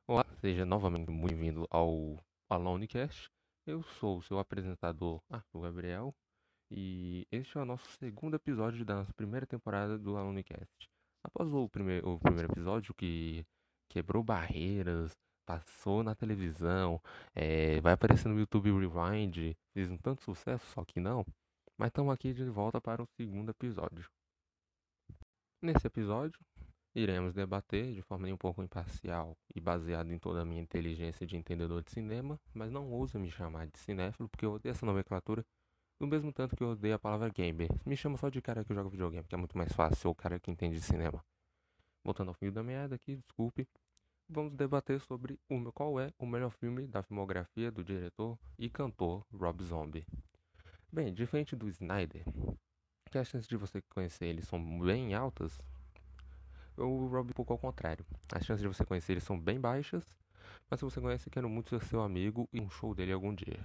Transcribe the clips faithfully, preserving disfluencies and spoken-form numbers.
Olá, seja novamente muito bem-vindo ao Alonecast. Eu sou o seu apresentador, Arthur Gabriel, e este é o nosso segundo episódio da nossa primeira temporada do Alonecast. Após o primeiro, o primeiro episódio que quebrou barreiras, passou na televisão, eh, vai aparecer no YouTube Rewind, fez um tanto sucesso, só que não, mas estamos aqui de volta para o segundo episódio. Nesse episódio, iremos debater de forma um pouco imparcial e baseada em toda a minha inteligência de entendedor de cinema, mas não ousa me chamar de cinéfilo porque eu odeio essa nomenclatura, do mesmo tanto que eu odeio a palavra gamer. Me chama só de cara que joga videogame, porque é muito mais fácil ser o cara que entende de cinema. Voltando ao fio da meada aqui, desculpe, vamos debater sobre o meu, qual é o melhor filme da filmografia do diretor e cantor Rob Zombie. Bem, diferente do Snyder, que as chances de você conhecer ele são bem altas, o Rob um pouco ao contrário. As chances de você conhecer ele são bem baixas, mas se você conhece, quero muito ser seu amigo e um show dele algum dia.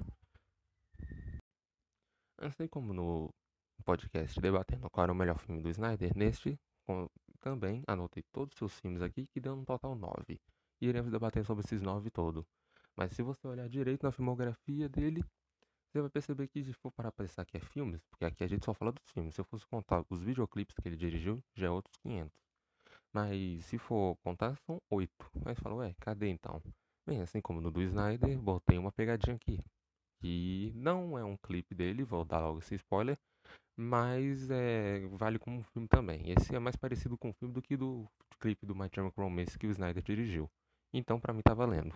Assim como no podcast debatendo qual era o melhor filme do Snyder, neste também anotei todos os seus filmes aqui, que deu um total nove. E iremos debater sobre esses nove todos. Mas se você olhar direito na filmografia dele, você vai perceber que se for parar pra pensar que é filmes, porque aqui a gente só fala dos filmes. Se eu fosse contar os videoclipes que ele dirigiu, já é outros quinhentos. Mas se for contar, são oito. Mas fala, ué, cadê então? Bem, assim como no do Snyder, botei uma pegadinha aqui. Que não é um clipe dele, vou dar logo esse spoiler. Mas é, vale como um filme também. Esse é mais parecido com um filme do que do clipe do My Chemical Romance que o Snyder dirigiu. Então, pra mim, tá valendo.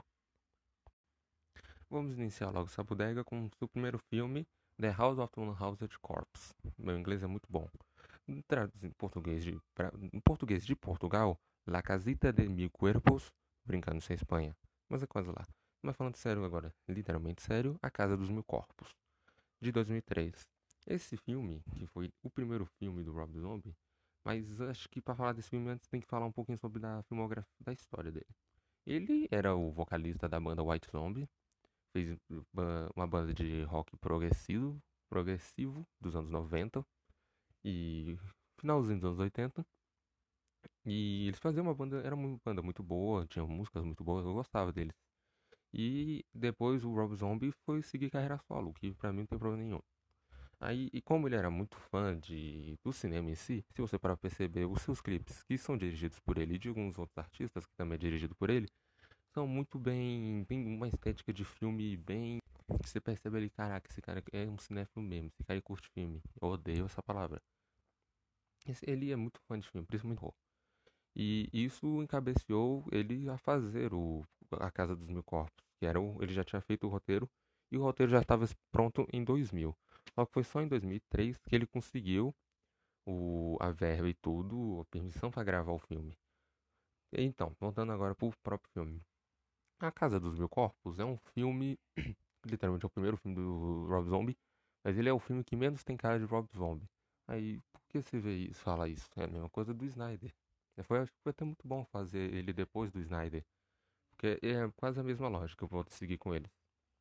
Vamos iniciar logo essa bodega com o seu primeiro filme, The House of the One-Housed Corpse. Meu inglês é muito bom. Traduzindo em português de, pra, em português de Portugal, La Casita de Mil Cuerpos, brincando sem Espanha, mas é quase lá. Mas falando sério agora, literalmente sério, A Casa dos Mil Corpos, de dois mil e três. Esse filme, que foi o primeiro filme do Rob Zombie, mas acho que para falar desse filme antes tem que falar um pouquinho sobre a filmografia, da história dele. Ele era o vocalista da banda White Zombie, fez uma banda de rock progressivo, progressivo dos anos noventa e finalzinho dos anos oitenta. E eles faziam uma banda, era uma banda muito boa, tinha músicas muito boas, eu gostava deles. E depois o Rob Zombie foi seguir carreira solo, que pra mim não tem problema nenhum. Aí, e como ele era muito fã de, do cinema em si, se você parar pra perceber, os seus clipes, que são dirigidos por ele e de alguns outros artistas, que também é dirigido por ele, são muito bem, bem uma estética de filme bem, que você percebe ali, caraca, esse cara é um cinéfilo mesmo, esse cara curte filme. Eu odeio essa palavra. Esse- ele é muito fã de filme, principalmente horror. E isso encabeceou ele a fazer o A Casa dos Mil Corpos, que era o, ele já tinha feito o roteiro e o roteiro já estava pronto em dois mil. Só que foi só em dois mil e três que ele conseguiu o, a verba e tudo, a permissão para gravar o filme. Então, voltando agora pro próprio filme. A Casa dos Mil Corpos é um filme, literalmente é o primeiro filme do Rob Zombie, mas ele é o filme que menos tem cara de Rob Zombie. Aí, por que você vê isso, fala isso? É a mesma coisa do Snyder. É, Foi, acho que foi até muito bom fazer ele depois do Snyder, porque é quase a mesma lógica, eu vou seguir com ele.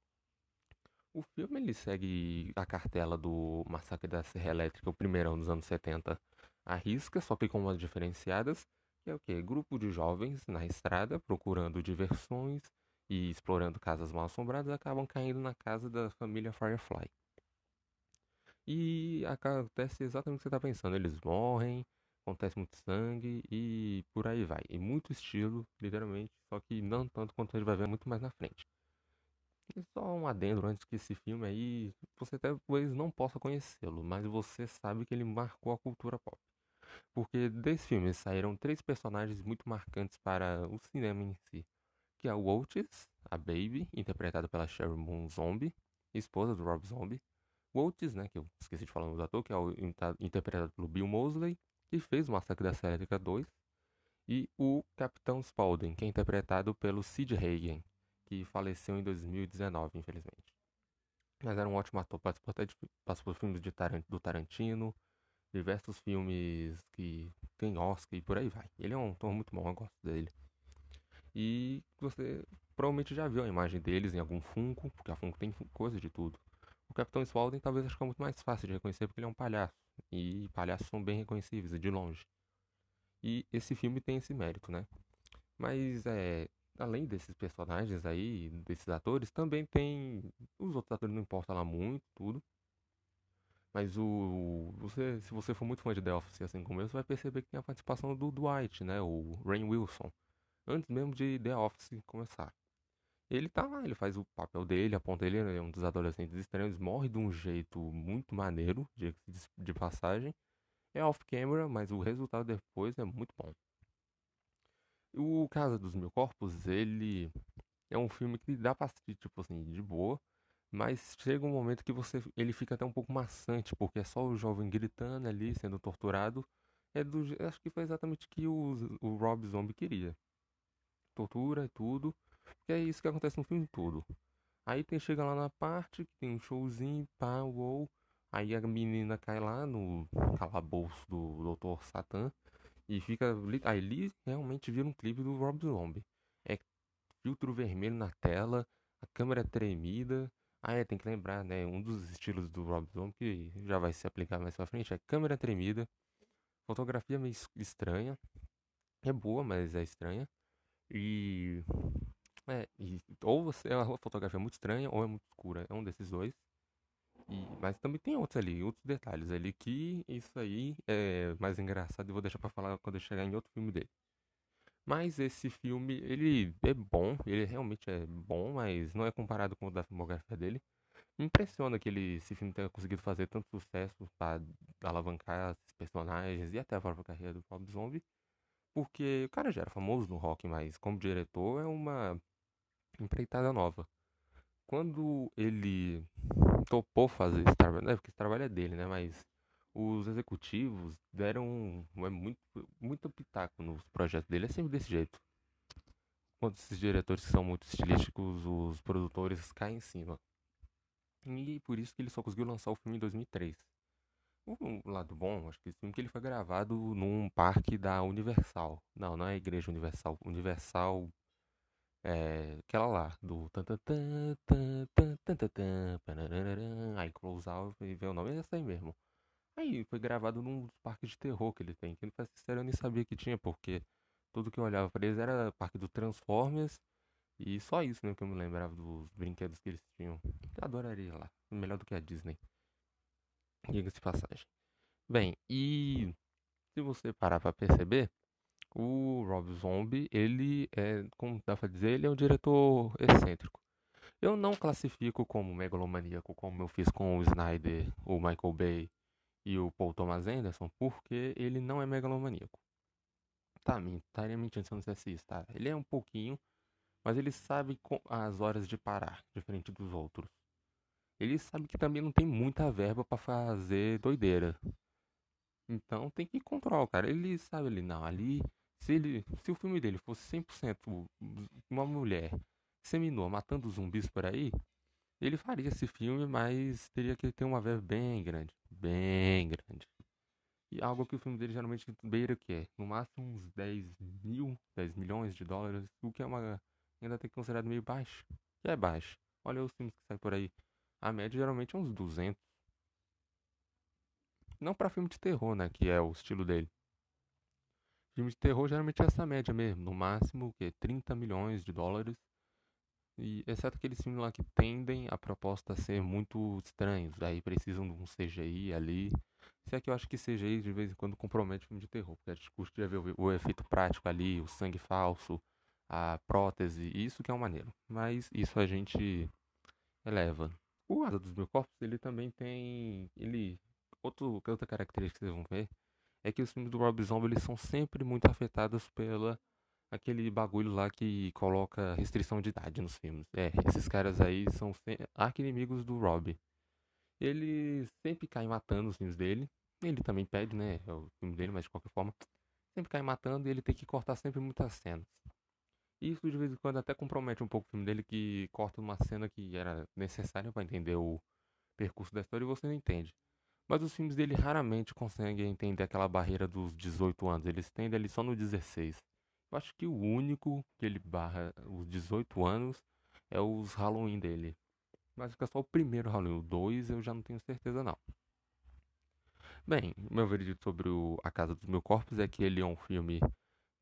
O filme ele segue a cartela do Massacre da Serra Elétrica, o primeirão dos anos setenta, à risca, só que com umas diferenciadas, que é o quê? Grupo de jovens na estrada procurando diversões e explorando casas mal assombradas acabam caindo na casa da família Firefly. E acontece exatamente o que você está pensando. Eles morrem, acontece muito sangue e por aí vai. E muito estilo, literalmente, só que não tanto quanto a gente vai ver muito mais na frente. E só um adendo antes que esse filme aí, você talvez não possa conhecê-lo, mas você sabe que ele marcou a cultura pop. Porque desse filme saíram três personagens muito marcantes para o cinema em si. Que é o Oates, a Baby, interpretada pela Sharon Moon Zombie, esposa do Rob Zombie. O Oates, né, que eu esqueci de falar no ator, que é o interpretado pelo Bill Moseley, que fez o Massacre da Serra Elétrica dois. E o Capitão Spaulding, que é interpretado pelo Sid Hagen, que faleceu em dois mil e dezenove, infelizmente. Mas era um ótimo ator, participou até de participou de filmes de Taran- do Tarantino, diversos filmes que tem Oscar e por aí vai. Ele é um ator muito bom, eu gosto dele. E você provavelmente já viu a imagem deles em algum Funko, porque a Funko tem coisa de tudo. O Capitão Spaulding talvez acho que é muito mais fácil de reconhecer porque ele é um palhaço. E palhaços são bem reconhecíveis, de longe. E esse filme tem esse mérito, né? Mas é. além desses personagens aí, desses atores, também tem. Os outros atores não importam lá muito, tudo. Mas o. Você, se você for muito fã de The Office, assim como eu, você vai perceber que tem a participação do Dwight, né? O Rainn Wilson. Antes mesmo de The Office começar. Ele tá lá, ele faz o papel dele, a ponta dele é um dos adolescentes estranhos, morre de um jeito muito maneiro, de, de passagem. É off-camera, mas o resultado depois é muito bom. O Casa dos Mil Corpos, ele é um filme que dá pra assistir, tipo assim, de boa, mas chega um momento que você, ele fica até um pouco maçante, porque é só o jovem gritando ali, sendo torturado. É do, je- acho que foi exatamente o que o, o Rob Zombie queria. Tortura e tudo, porque é isso que acontece no filme todo. Aí tem, chega lá na parte que tem um showzinho, pá, uou. Aí a menina cai lá no calabouço do doutor Satan e fica. li- Aí ali realmente vira um clipe do Rob Zombie. É filtro vermelho na tela, a câmera é tremida. Ah, é, tem que lembrar, né? Um dos estilos do Rob Zombie que já vai se aplicar mais pra frente é câmera tremida, fotografia meio es- estranha. É boa, mas é estranha. E. É, e ou você é uma fotografia muito estranha ou é muito escura. É um desses dois. E, mas também tem outros ali, outros detalhes ali que isso aí é mais engraçado e vou deixar pra falar quando eu chegar em outro filme dele. Mas esse filme, ele é bom, ele realmente é bom, mas não é comparado com o da filmografia dele. Me impressiona que ele, esse filme tenha conseguido fazer tanto sucesso para alavancar esses personagens e até a própria carreira do Rob Zombie, porque o cara já era famoso no rock, mas como diretor é uma empreitada nova. Quando ele topou fazer esse trabalho, né? Porque esse trabalho é dele, né? Mas os executivos deram é muito, muito pitaco nos projetos dele. É sempre desse jeito. Quando esses diretores que são muito estilísticos, os produtores caem em cima. E por isso que ele só conseguiu lançar o filme em dois mil e três. Um lado bom, acho que esse filme que ele foi gravado num parque da Universal. Não, não é a Igreja Universal. Universal é aquela lá, do tan tan tan tan tan tan tan tan, panararã. Aí Close Out e vê o nome, é essa aí mesmo. Aí foi gravado num dos parques de terror que ele tem, que pra ser sincero eu nem sabia que tinha, porque tudo que eu olhava pra eles era parque do Transformers e só isso, né, que eu me lembrava dos brinquedos que eles tinham. Eu adoraria ir lá, melhor do que a Disney, diga-se de passagem. Bem, e se você parar pra perceber, o Rob Zombie, ele é, como dá pra dizer, ele é um diretor excêntrico. Eu não classifico como megalomaníaco, como eu fiz com o Snyder, o Michael Bay e o Paul Thomas Anderson, porque ele não é megalomaníaco. Tá, men- estaria mentindo se eu não dissesse isso, tá? Ele é um pouquinho, mas ele sabe co- as horas de parar, diferente dos outros. Ele sabe que também não tem muita verba pra fazer doideira. Então tem que controlar, cara. Ele sabe ali, não, ali, se ele, se o filme dele fosse cem por cento uma mulher seminua matando zumbis por aí, ele faria esse filme, mas teria que ter uma verba bem grande, bem grande. E algo que o filme dele geralmente beira o quê? No máximo uns dez mil, dez milhões de dólares, o que é uma. Ainda tem que considerado meio baixo. Que é baixo. Olha os filmes que saem por aí. A média geralmente é uns duzentos. Não pra filme de terror, né? Que é o estilo dele. Filme de terror geralmente é essa média mesmo. No máximo, o quê? trinta milhões de dólares. E exceto aqueles filmes lá que tendem a proposta a ser muito estranhos. Aí precisam de um C G I ali. Se é que eu acho que C G I de vez em quando compromete filme de terror. Porque a gente curte ver o, o efeito prático ali, o sangue falso, a prótese. Isso que é um maneiro. Mas isso a gente eleva. O Asa dos Mil Corpos, ele também tem. Ele. Outro, outra característica que vocês vão ver é que os filmes do Rob Zombie eles são sempre muito afetados pela aquele bagulho lá que coloca restrição de idade nos filmes. É, esses caras aí são se- arqui-inimigos do Rob. Ele sempre cai matando os filmes dele. Ele também pede, né? É o filme dele, mas de qualquer forma, sempre cai matando e ele tem que cortar sempre muitas cenas. Isso de vez em quando até compromete um pouco o filme dele, que corta uma cena que era necessária para entender o percurso da história e você não entende. Mas os filmes dele raramente conseguem entender aquela barreira dos dezoito anos. Eles tendem ali só no dezesseis. Eu acho que o único que ele barra os dezoito anos é os Halloween dele. Mas fica só o primeiro Halloween. O dois eu já não tenho certeza não. Bem, meu veredito sobre o A Casa dos Mil Corpos é que ele é um filme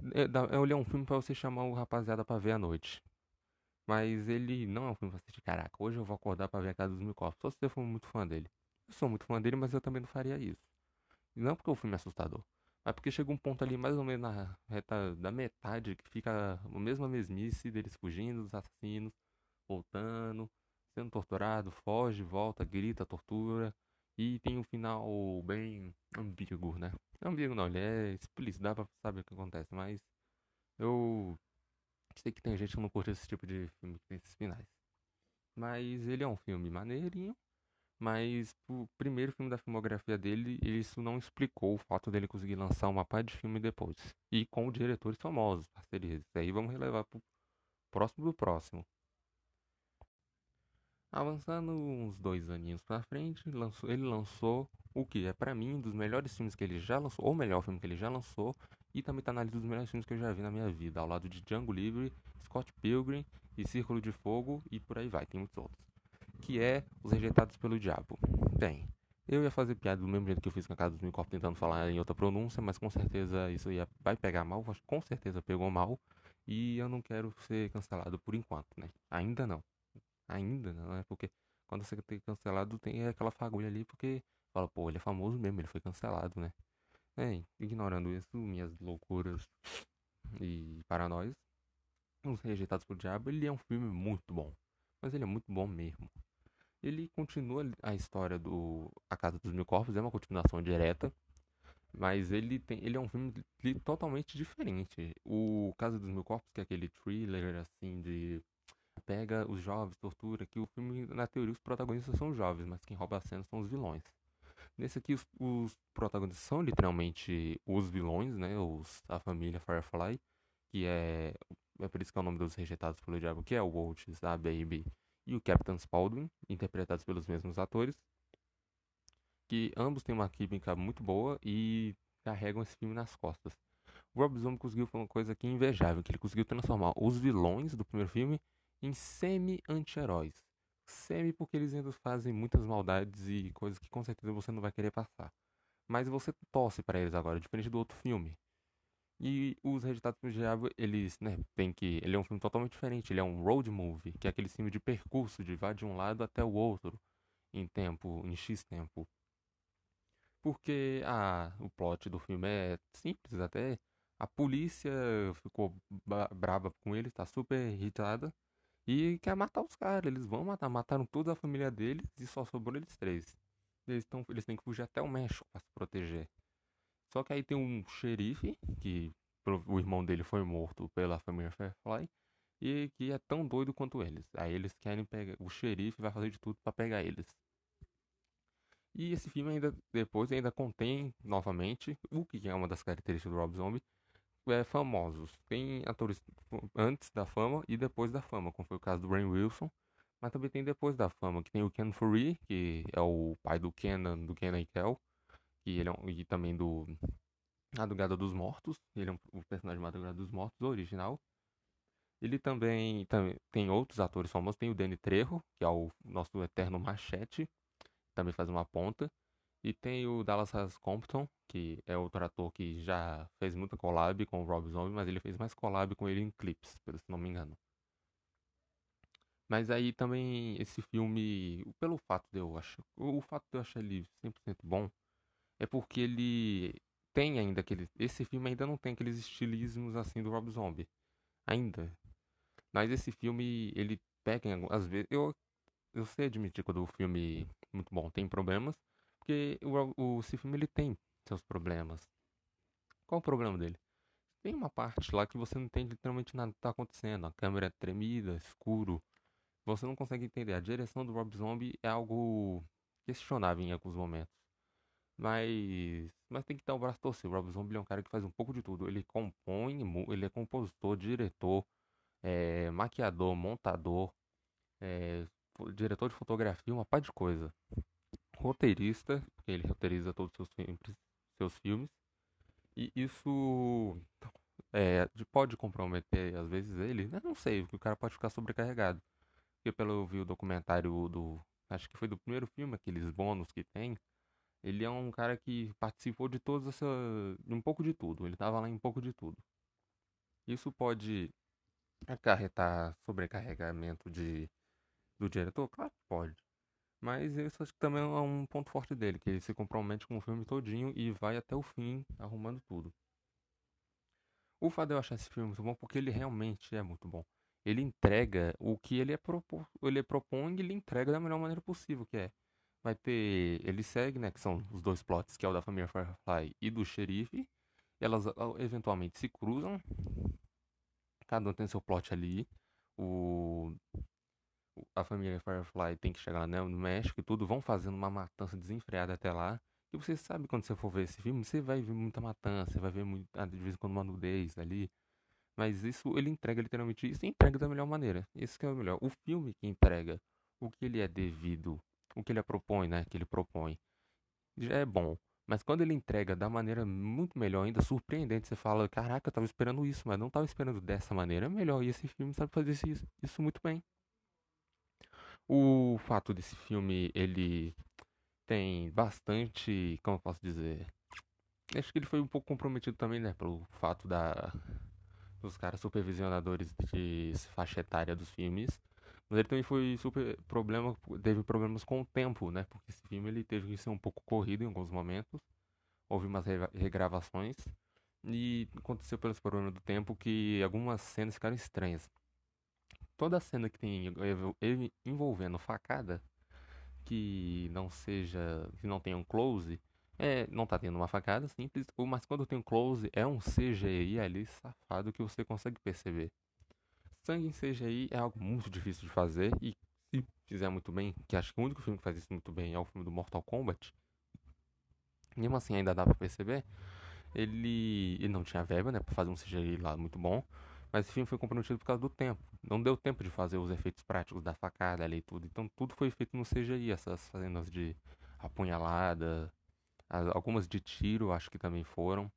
É, dá- ele é um filme pra você chamar o rapaziada pra ver à noite. Mas ele não é um filme pra assistir. Caraca, hoje eu vou acordar pra ver a Casa dos Mil Corpos. Só se você for muito fã dele. Eu sou muito fã dele, mas eu também não faria isso. E não porque o filme é assustador. Mas porque chega um ponto ali, mais ou menos na reta da metade, que fica a mesma mesmice deles fugindo dos assassinos, voltando, sendo torturado, foge, volta, grita, tortura. E tem um final bem ambíguo, né? Não ambíguo não, ele é explícito, dá pra saber o que acontece, mas eu sei que tem gente que não curte esse tipo de filme que tem esses finais. Mas ele é um filme maneirinho, mas o primeiro filme da filmografia dele, isso não explicou o fato dele conseguir lançar uma par de filme depois. E com diretores famosos, parcerias. Isso aí vamos relevar pro próximo do próximo. Avançando uns dois aninhos pra frente, lançou- ele lançou o que é pra mim um dos melhores filmes que ele já lançou, ou o melhor filme que ele já lançou, e também tá na lista dos melhores filmes que eu já vi na minha vida, ao lado de Django Livre, Scott Pilgrim e Círculo de Fogo e por aí vai, tem muitos outros. Que é Os Rejeitados pelo Diabo. Bem, eu ia fazer piada do mesmo jeito que eu fiz com a Casa dos Mil Corpos tentando falar em outra pronúncia, mas com certeza isso ia, vai pegar mal, com certeza pegou mal, e eu não quero ser cancelado por enquanto, né? Ainda não. Ainda não, é porque quando você tem cancelado tem aquela fagulha ali, porque fala, pô, ele é famoso mesmo, ele foi cancelado, né? É, ignorando isso, minhas loucuras e paranoias, Os Rejeitados pelo Diabo, ele é um filme muito bom. Mas ele é muito bom mesmo. Ele continua a história do A Casa dos Mil Corpos, é uma continuação direta, mas ele tem, ele é um filme li- totalmente diferente. O Casa dos Mil Corpos, que é aquele thriller assim de pega os jovens, tortura, que o filme, na teoria, os protagonistas são jovens, mas quem rouba a cena são os vilões. Nesse aqui, os, os protagonistas são literalmente os vilões, né? Os, a família Firefly, que é. É por isso que é o nome dos rejeitados pelo diabo, que é o Waltz, a Baby e o Captain Spaulding, interpretados pelos mesmos atores, que ambos têm uma química muito boa e carregam esse filme nas costas. O Rob Zombie conseguiu uma coisa que é invejável, que ele conseguiu transformar os vilões do primeiro filme em semi-anti-heróis. Semi porque eles ainda fazem muitas maldades e coisas que com certeza você não vai querer passar. Mas você torce para eles agora, diferente do outro filme. E os Rejeitados pelo Diabo, eles, né, tem que... Ele é um filme totalmente diferente, ele é um road movie, que é aquele filme de percurso, de vai de um lado até o outro, em tempo, em X tempo. Porque ah, o plot do filme é simples até. A polícia ficou ba- brava com eles, tá super irritada e quer matar os caras. Eles vão matar, mataram toda a família deles e só sobrou eles três. Eles, tão, eles têm que fugir até o México pra se proteger. Só que aí tem um xerife, que pro- o irmão dele foi morto pela família Firefly, e que é tão doido quanto eles. Aí eles querem pegar. O xerife vai fazer de tudo pra pegar eles. E esse filme ainda depois ainda contém novamente o que é uma das características do Rob Zombie, é famosos. Tem atores antes da fama e depois da fama, como foi o caso do Rainn Wilson, mas também tem depois da fama, que tem o Ken Foree, que é o pai do Kenan, do Kenan e Kel, que ele é um, e também do Madrugada dos Mortos, ele é um, o personagem Madrugada dos Mortos original. Ele também, também tem outros atores famosos, tem o Danny Trejo, que é o nosso eterno Machete, também faz uma ponta. E tem o Dallas Has Compton, que é outro ator que já fez muita collab com o Rob Zombie, mas ele fez mais collab com ele em clipes, se não me engano. Mas aí também esse filme, pelo fato de eu achar, o fato de eu achar ele cem por cento bom, é porque ele tem ainda aquele, esse filme ainda não tem aqueles estilismos assim do Rob Zombie, ainda. Mas esse filme, ele pega em algumas vezes, eu eu sei admitir quando o filme é muito bom tem problemas, porque o, o, esse filme ele tem seus problemas. Qual o problema dele? Tem uma parte lá que você não entende literalmente nada que tá acontecendo. A câmera é tremida, escuro. Você não consegue entender. A direção do Rob Zombie é algo questionável em alguns momentos. Mas, mas tem que dar o braço a torcer. O Rob Zombie é um cara que faz um pouco de tudo. Ele compõe, ele é compositor, diretor, é, maquiador, montador, é, diretor de fotografia, uma par de coisa. Roteirista, porque ele roteiriza todos os seus filmes, seus filmes. E isso é, de- pode comprometer, às vezes, ele, né? Não sei, o cara pode ficar sobrecarregado. Porque pelo eu vi o documentário do. Acho que foi do primeiro filme, aqueles bônus que tem. Ele é um cara que participou de todas essa. De um pouco de tudo. Ele tava lá em um pouco de tudo. Isso pode acarretar sobrecarregamento de, do diretor? Claro que pode. Mas isso acho que também é um ponto forte dele, que ele se compromete com o filme todinho e vai até o fim, arrumando tudo. O fato de eu achar esse filme muito bom porque ele realmente é muito bom. Ele entrega o que ele, é propo, ele propõe e ele entrega da melhor maneira possível, que é vai ter, ele segue, né, que são os dois plots, que é o da família Firefly e do xerife. Elas ah, eventualmente se cruzam, cada um tem seu plot ali. O, a família Firefly tem que chegar, né, no México e tudo, vão fazendo uma matança desenfreada até lá. E você sabe, quando você for ver esse filme, você vai ver muita matança, você vai ver muito, ah, de vez em quando uma nudez ali. Mas isso ele entrega literalmente isso e entrega da melhor maneira. Isso que é o melhor. O filme que entrega o que ele é devido, o que ele propõe, né? Que ele propõe, já é bom. Mas quando ele entrega da maneira muito melhor, ainda surpreendente, você fala, caraca, eu tava esperando isso, mas não tava esperando dessa maneira. É melhor. E esse filme sabe fazer isso, isso muito bem. O fato desse filme, ele tem bastante, como eu posso dizer? Acho que ele foi um pouco comprometido também, né? Pelo fato da, dos caras supervisionadores de faixa etária dos filmes. Mas ele também foi super problema, teve problemas com o tempo, né? Porque esse filme ele teve que ser um pouco corrido em alguns momentos. Houve umas regravações e aconteceu pelos problemas do tempo que algumas cenas ficaram estranhas. Toda cena que tem envolvendo facada, que não seja, que não tenha um close, é, não tá tendo uma facada simples, mas quando tem um close é um C G I ali safado que você consegue perceber. Sangue em C G I é algo muito difícil de fazer e se fizer muito bem, que acho que o único filme que faz isso muito bem é o filme do Mortal Kombat, mesmo assim ainda dá pra perceber, ele, ele não tinha verba, né, pra fazer um C G I lá muito bom, mas esse filme foi comprometido por causa do tempo. Não deu tempo de fazer os efeitos práticos da facada ali e tudo, então tudo foi feito no C G I, essas cenas de apunhalada, algumas de tiro acho que também foram,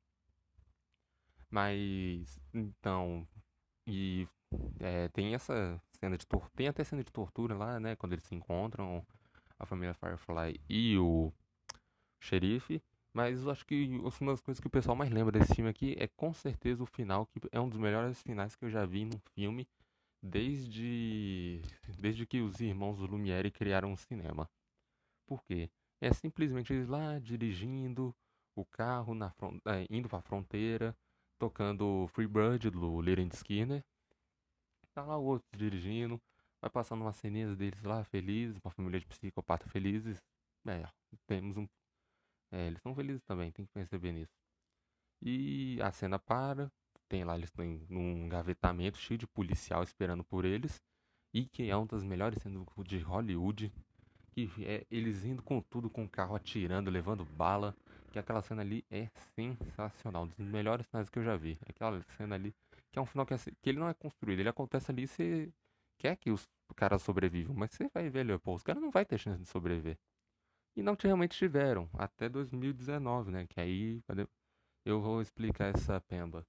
mas então, e é, tem essa cena de tortura. Tem até cena de tortura lá, né? Quando eles se encontram, a família Firefly e o xerife. Mas eu acho que uma das coisas que o pessoal mais lembra desse filme aqui é com certeza o final, que é um dos melhores finais que eu já vi num filme desde, desde que os irmãos Lumière criaram o cinema. Por quê? É simplesmente eles lá dirigindo o carro, na, é, indo pra fronteira, tocando Free Bird do Leonard Skinner. Tá lá o outro dirigindo, vai passando umas ceninhas deles lá, felizes, uma família de psicopatas felizes. É, temos um. É, eles são felizes também, tem que perceber nisso. E a cena para, tem lá, eles estão num engavetamento cheio de policial esperando por eles. E que é uma das melhores cenas de Hollywood. Que é eles indo com tudo, com o carro atirando, levando bala. Que aquela cena ali é sensacional, um dos melhores cenas que eu já vi. Aquela cena ali, que é um final que, é, que ele não é construído, ele acontece ali e você quer que os caras sobrevivam, mas você vai ver, Leopold, os caras não vai ter chance de sobreviver. E não realmente tiveram, até dois mil e dezenove, né? Que aí eu vou explicar essa pemba.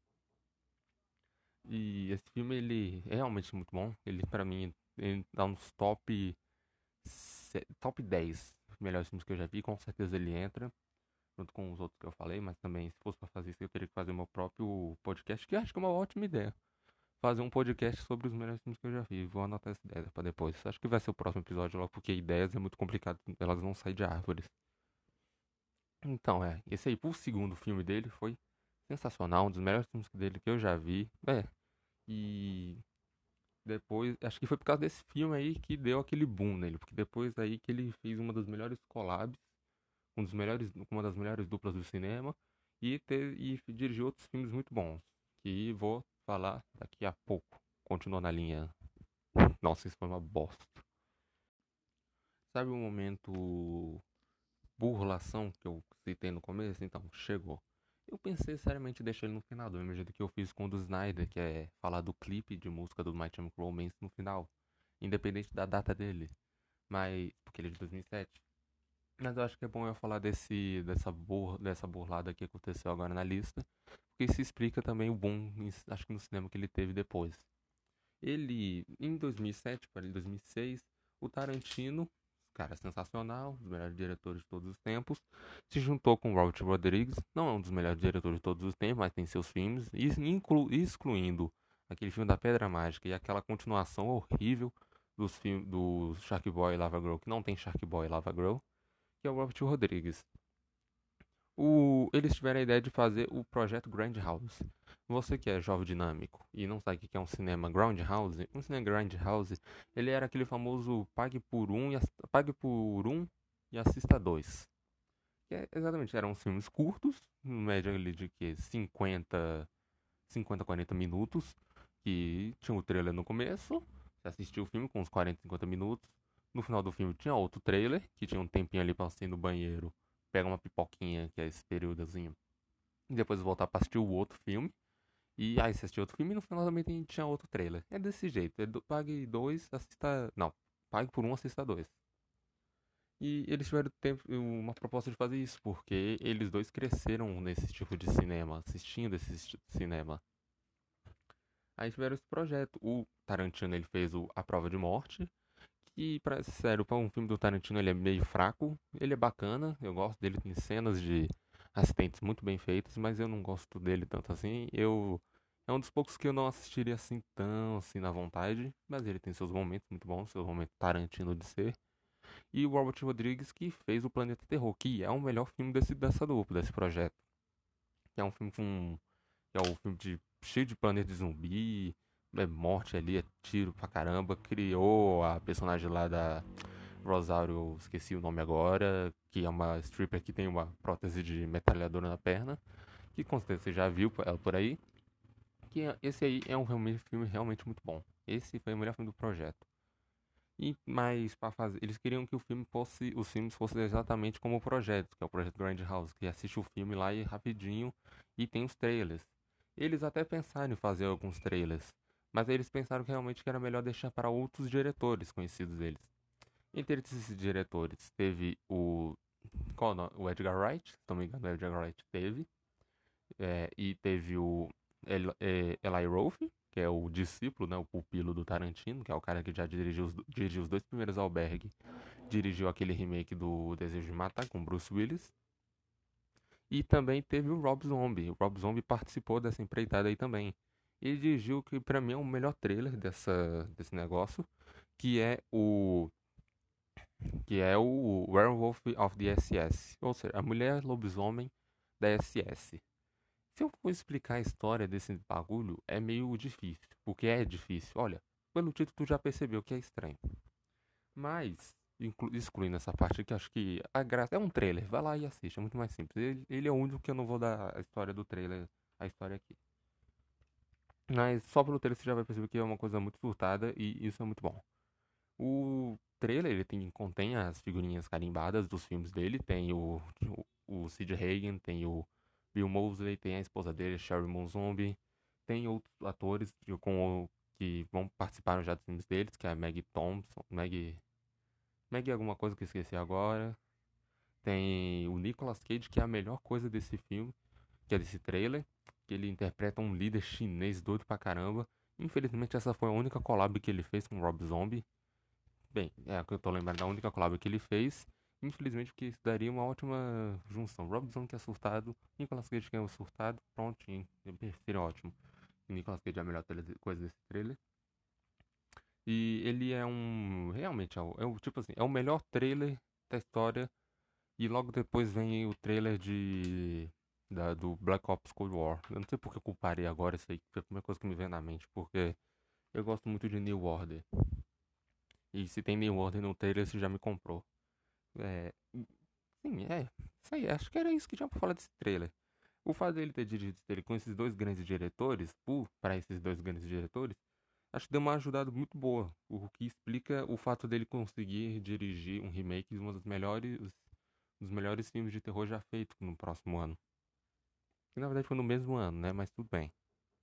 E esse filme, ele é realmente muito bom. Ele, pra mim, ele dá uns top, top dez melhores filmes que eu já vi. Com certeza ele entra, junto com os outros que eu falei. Mas também, se fosse pra fazer isso, eu teria que fazer meu próprio podcast, que eu acho que é uma ótima ideia. Fazer um podcast sobre os melhores filmes que eu já vi. Vou anotar essa ideia pra depois. Acho que vai ser o próximo episódio logo, porque ideias é muito complicado. Elas vão sair de árvores. Então, é. Esse aí, pro segundo filme dele, foi sensacional. Um dos melhores filmes dele que eu já vi. É. E depois, acho que foi por causa desse filme aí que deu aquele boom nele, porque depois aí que ele fez uma das melhores collabs, um dos melhores, uma das melhores duplas do cinema e ter, e dirigiu outros filmes muito bons, que vou falar daqui a pouco. Continuou na linha. Nossa, isso foi uma bosta. Sabe o momento burlação que eu citei no começo? Então, chegou. Eu pensei seriamente em deixar ele no final, do mesmo jeito que eu fiz com o do Snyder, que é falar do clipe de música do My Chemical Romance no final, independente da data dele, mas porque ele é de dois mil e sete. Mas eu acho que é bom eu falar desse dessa bur, dessa burlada que aconteceu agora na lista, porque isso explica também o boom, acho que no cinema que ele teve depois. Ele, em dois mil e sete para dois mil e seis, o Tarantino cara sensacional, um dos melhores diretores de todos os tempos. Se juntou com Robert Rodrigues, não é um dos melhores diretores de todos os tempos, mas tem seus filmes, inclu, excluindo aquele filme da Pedra Mágica e aquela continuação horrível dos filmes do Shark Boy e Lava Girl, que não tem Shark Boy e Lava Girl, que é o Robert Rodrigues. O, eles tiveram a ideia de fazer o projeto Grindhouse. Você que é jovem dinâmico e não sabe o que é um cinema Grindhouse, um cinema Grindhouse, ele era aquele famoso pague por um e, pague por um e assista dois. Que é, exatamente, eram filmes curtos, em média ali de que cinquenta, cinquenta, quarenta minutos, que tinha o trailer no começo, você assistia o filme com uns quarenta, cinquenta minutos. No final do filme tinha outro trailer, que tinha um tempinho ali pra você ir no banheiro, pega uma pipoquinha, que é esse períodozinho, e depois voltar pra assistir o outro filme. E aí você assistiu outro filme e no final também tem, tinha outro trailer. É desse jeito, é do, pague dois, assista... Não, pague por um, assista dois. E eles tiveram tempo, uma proposta de fazer isso, porque eles dois cresceram nesse tipo de cinema, assistindo esse cinema. Aí tiveram esse projeto. O Tarantino ele fez o A Prova de Morte, que, pra ser sério, para um filme do Tarantino ele é meio fraco. Ele é bacana, eu gosto dele, tem cenas de acidentes muito bem feitas, mas eu não gosto dele tanto assim. Eu é um dos poucos que eu não assistiria assim tão assim na vontade, mas ele tem seus momentos muito bons, seus momentos Tarantino de ser. E o Robert Rodrigues que fez o Planeta Terror, que é o melhor filme desse dessa dupla, desse projeto. Que é um filme com que é um filme de cheio de planeta de zumbi, é morte ali, é tiro pra caramba. Criou a personagem lá da Rosário, eu esqueci o nome agora, que é uma stripper que tem uma prótese de metralhadora na perna, que com certeza você já viu ela por aí. Que esse aí é um filme realmente muito bom. Esse foi o melhor filme do projeto. E mas para fazer, eles queriam que o filme fosse, os filmes fossem exatamente como o projeto, que é o projeto Grindhouse, que assiste o filme lá e rapidinho e tem os trailers. Eles até pensaram em fazer alguns trailers, mas aí eles pensaram que realmente que era melhor deixar para outros diretores conhecidos deles. Entre esses diretores teve o qual o, nome? O Edgar Wright, se não me engano, o Edgar Wright teve, é, e teve o El, é, Eli Roth, que é o discípulo, né, o pupilo do Tarantino, que é o cara que já dirigiu os, dirigiu os dois primeiros Albergue, dirigiu aquele remake do Desejo de Matar com Bruce Willis. E também teve o Rob Zombie. O Rob Zombie participou dessa empreitada aí também. Ele dirigiu o que pra mim é o melhor trailer dessa, desse negócio, que é o que é o Werewolf of the S S, ou seja, a mulher lobisomem da S S. Se eu for explicar a história desse bagulho, é meio difícil. Porque é difícil. Olha, pelo título tu já percebeu que é estranho. Mas, excluindo essa parte aqui, acho que a graça é um trailer. Vai lá e assiste, é muito mais simples. Ele, ele é o único que eu não vou dar a história do trailer, a história aqui. Mas só pelo trailer você já vai perceber que é uma coisa muito surtada e isso é muito bom. O trailer, ele tem, contém as figurinhas carimbadas dos filmes dele. Tem o, o, o Sid Hagen, tem o Bill Moseley, tem a esposa dele, Sherry Moon Zombie. Tem outros atores que, com, que vão participar já dos filmes deles, que é a Maggie Thompson, Maggie, Maggie alguma coisa que eu esqueci agora. Tem o Nicolas Cage, que é a melhor coisa desse filme, que é desse trailer, que ele interpreta um líder chinês doido pra caramba. Infelizmente essa foi a única collab que ele fez com o Rob Zombie. Bem, é a que eu tô lembrando da única collab que ele fez. Infelizmente, porque isso daria uma ótima junção. Robson que é surtado, Nicolas Cage que é surtado, prontinho. Seria ótimo. Nicolas Cage é a melhor coisa desse trailer. E ele é um. Realmente, é o, é o tipo assim, é o melhor trailer da história. E logo depois vem o trailer de. Da, do Black Ops Cold War. Eu não sei porque eu culparei agora isso aí, foi a primeira coisa que me veio na mente, porque eu gosto muito de New Order. E se tem New Order no trailer, você já me comprou. É. Sim, é. Isso aí, acho que era isso que tinha pra falar desse trailer. O fato dele ter dirigido ele com esses dois grandes diretores, para esses dois grandes diretores, acho que deu uma ajudada muito boa. O que explica o fato dele conseguir dirigir um remake de um dos melhores, dos melhores filmes de terror já feito no próximo ano. Que na verdade foi no mesmo ano, né? Mas tudo bem.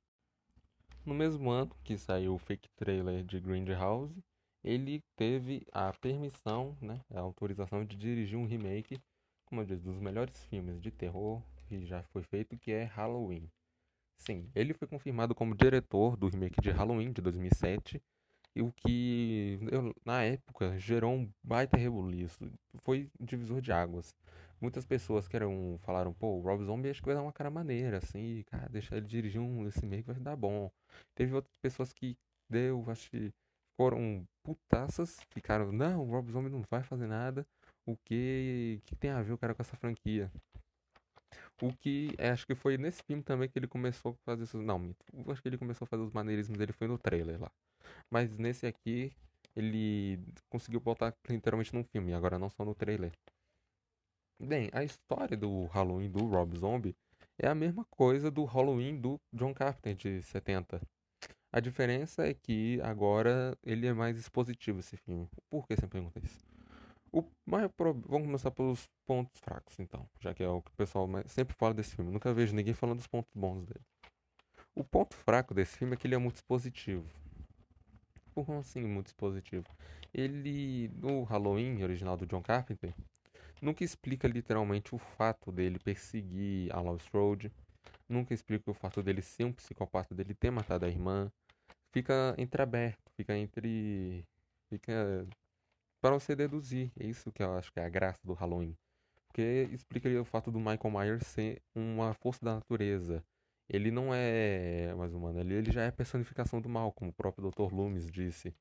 No mesmo ano que saiu o fake trailer de Grindhouse, ele teve a permissão, né, a autorização de dirigir um remake, como eu disse, dos melhores filmes de terror que já foi feito, que é Halloween. Sim, ele foi confirmado como diretor do remake de Halloween de dois mil e sete, E o que, eu- na época, gerou um baita rebuliço. Foi um divisor de águas. Muitas pessoas que eram, falaram, pô, o Rob Zombie acho que vai dar uma cara maneira, assim, e, cara, deixar ele dirigir um, esse meio que vai dar bom. Teve outras pessoas que deu, acho que foram putaças, ficaram, não, o Rob Zombie não vai fazer nada. O que, que tem a ver o cara com essa franquia? O que é, acho que foi nesse filme também que ele começou a fazer isso. Não, minto. Eu acho que ele começou a fazer os maneirismos dele foi no trailer lá. Mas nesse aqui, ele conseguiu botar literalmente num filme, agora não só no trailer. Bem, a história do Halloween do Rob Zombie é a mesma coisa do Halloween do John Carpenter de setenta. A diferença é que agora ele é mais expositivo esse filme. Por que você pergunta isso? O maior pro... Vamos começar pelos pontos fracos, então, já que é o que o pessoal mais... sempre fala desse filme. Eu nunca vejo ninguém falando dos pontos bons dele. O ponto fraco desse filme é que ele é muito expositivo. Como assim muito expositivo? Ele, no Halloween original do John Carpenter, nunca explica literalmente o fato dele perseguir a Laurie Strode, nunca explica o fato dele ser um psicopata, dele ter matado a irmã. Fica entreaberto, fica entre. Fica para você deduzir. É isso que eu acho que é a graça do Halloween. Porque explicaria o fato do Michael Myers ser uma força da natureza. Ele não é mais humano, ele, ele já é a personificação do mal, como o próprio doutor Loomis disse.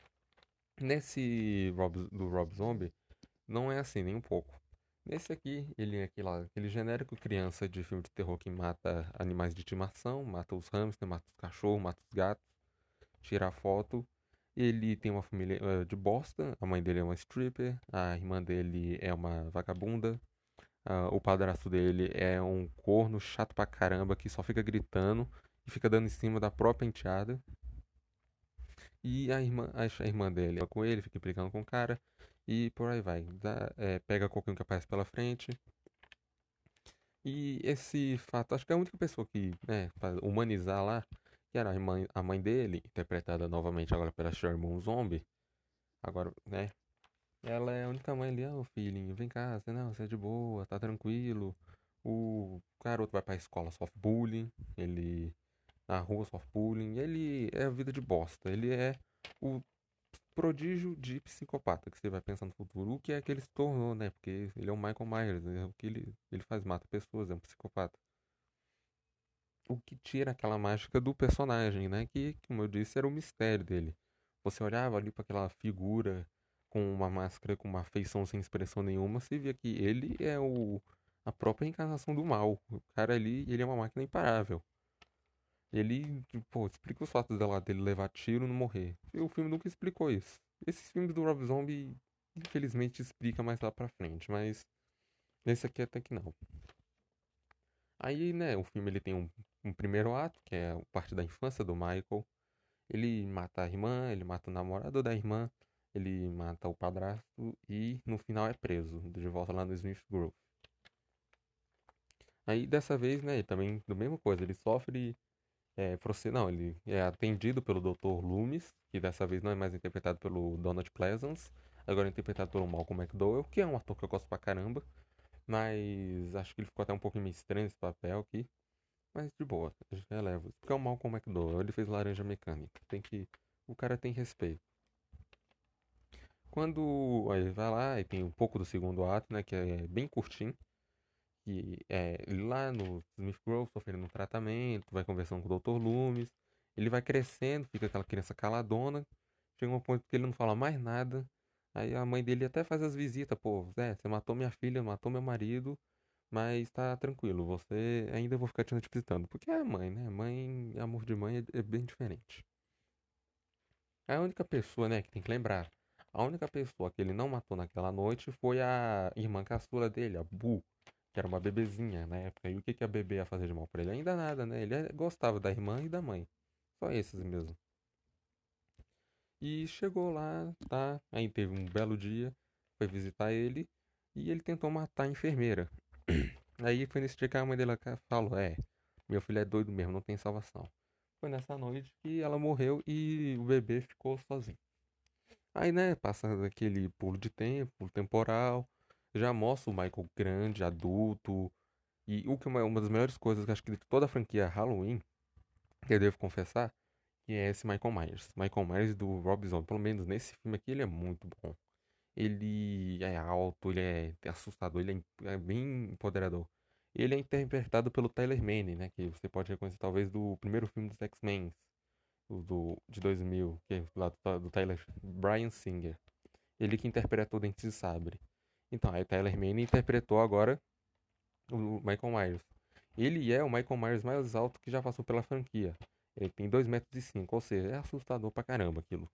Nesse Rob, do Rob Zombie, não é assim, nem um pouco. Nesse aqui, ele é aquele, aquele genérico criança de filme de terror que mata animais de estimação, mata os hamsters, mata os cachorros, mata os gatos, tira foto. Ele tem uma família uh, de bosta, a mãe dele é uma stripper, a irmã dele é uma vagabunda, uh, o padrasto dele é um corno chato pra caramba que só fica gritando e fica dando em cima da própria enteada. E a irmã, a irmã dele é com ele, fica implicando com o cara. E por aí vai. Dá, é, pega qualquer um que aparece pela frente. E esse fato, acho que é a única pessoa que, né, pra humanizar lá, que era a mãe, a mãe dele, interpretada novamente agora pela Sherman Zombie. Agora, né, ela é a única mãe ali, ó, filhinho, vem cá, você não, você é de boa, tá tranquilo. O garoto vai pra escola, sofre bullying, ele na rua sofre bullying, ele é a vida de bosta, ele é o prodígio de psicopata que você vai pensar no futuro. O que é que ele se tornou, né? Porque ele é o Michael Myers, né? O que ele, ele faz, mata pessoas, é um psicopata. O que tira aquela mágica do personagem, né? Que, como eu disse, era o mistério dele. Você olhava ali para aquela figura com uma máscara, com uma feição sem expressão nenhuma, você via que ele é o, a própria encarnação do mal. O cara ali, ele é uma máquina imparável. Ele, pô, explica os fatos dela, dele levar tiro e não morrer. E o filme nunca explicou isso. Esses filmes do Rob Zombie, infelizmente, explica mais lá pra frente, mas nesse aqui até que não. Aí, né, o filme ele tem um, um primeiro ato, que é a parte da infância do Michael. Ele mata a irmã, ele mata o namorado da irmã, ele mata o padrasto e no final é preso, de volta lá no Smith Grove. Aí dessa vez, né, também da mesma coisa, ele sofre. É, proce- não, ele é atendido pelo doutor Loomis, que dessa vez não é mais interpretado pelo Donald Pleasance, agora é interpretado pelo Malcolm McDowell, que é um ator que eu gosto pra caramba, mas acho que ele ficou até um pouco meio estranho esse papel aqui, mas de boa, eu já relevo. Porque é o Malcolm McDowell, ele fez Laranja Mecânica, tem que, o cara tem respeito. Quando aí ele vai lá e tem um pouco do segundo ato, né, que é bem curtinho, que é ele lá no Smith Grove sofrendo um tratamento, vai conversando com o doutor Loomis, ele vai crescendo, fica aquela criança caladona, chega um ponto que ele não fala mais nada, aí a mãe dele até faz as visitas, pô, Zé, você matou minha filha, matou meu marido, mas tá tranquilo, você ainda vou ficar te visitando, porque é a mãe, né, mãe, amor de mãe é, é bem diferente. A única pessoa, né, que tem que lembrar, a única pessoa que ele não matou naquela noite foi a irmã caçula dele, a Bu, que era uma bebezinha na época. E o que, que a bebê ia fazer de mal pra ele? Ainda nada, né? Ele gostava da irmã e da mãe. Só esses mesmo. E chegou lá, tá? Aí teve um belo dia, foi visitar ele e ele tentou matar a enfermeira. Aí foi nesse dia que a mãe dele falou: É, meu filho é doido mesmo, não tem salvação. Foi nessa noite que ela morreu e o bebê ficou sozinho. Aí, né, passa aquele pulo de tempo, pulo temporal, já mostra o Michael grande, adulto. E o que é uma, uma das melhores coisas que acho que de toda a franquia Halloween, que eu devo confessar, que é esse Michael Myers. Michael Myers do Rob Zombie, pelo menos nesse filme aqui, ele é muito bom. Ele é alto, ele é assustador, ele é, é bem empoderador. Ele é interpretado pelo Tyler Mane, né? Que você pode reconhecer talvez do primeiro filme dos X-Men, o do, de dois mil, que é lá do, do Tyler, Bryan Singer. Ele que interpretou Dentes de Sabre. Então, aí o Tyler Mane interpretou agora o Michael Myers. Ele é o Michael Myers mais alto que já passou pela franquia. Ele tem dois metros e cinco, ou seja, é assustador pra caramba aquilo.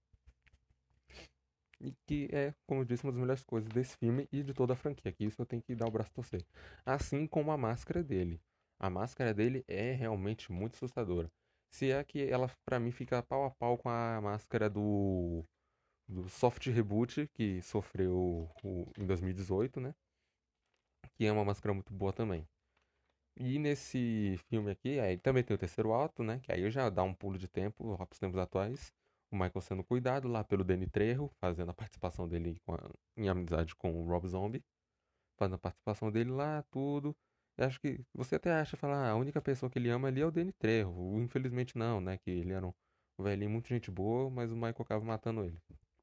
E que é, como eu disse, uma das melhores coisas desse filme e de toda a franquia. Que isso eu tenho que dar o braço a torcer. Assim como a máscara dele. A máscara dele é realmente muito assustadora. Se é que ela, pra mim, fica pau a pau com a máscara do, do Soft Reboot, que sofreu o, em dois mil e dezoito, né? Que é uma máscara muito boa também. E nesse filme aqui, aí também tem o terceiro ato, né? Que aí já dá um pulo de tempo, lá pros tempos atuais. O Michael sendo cuidado lá pelo Danny Trejo, fazendo a participação dele com a- em amizade com o Rob Zombie. Fazendo a participação dele lá, tudo. Eu acho que você até acha, falar, ah, a única pessoa que ele ama ali é o Danny Trejo. Infelizmente não, né? Que ele era um velhinho, muito gente boa, mas o Michael acaba matando ele.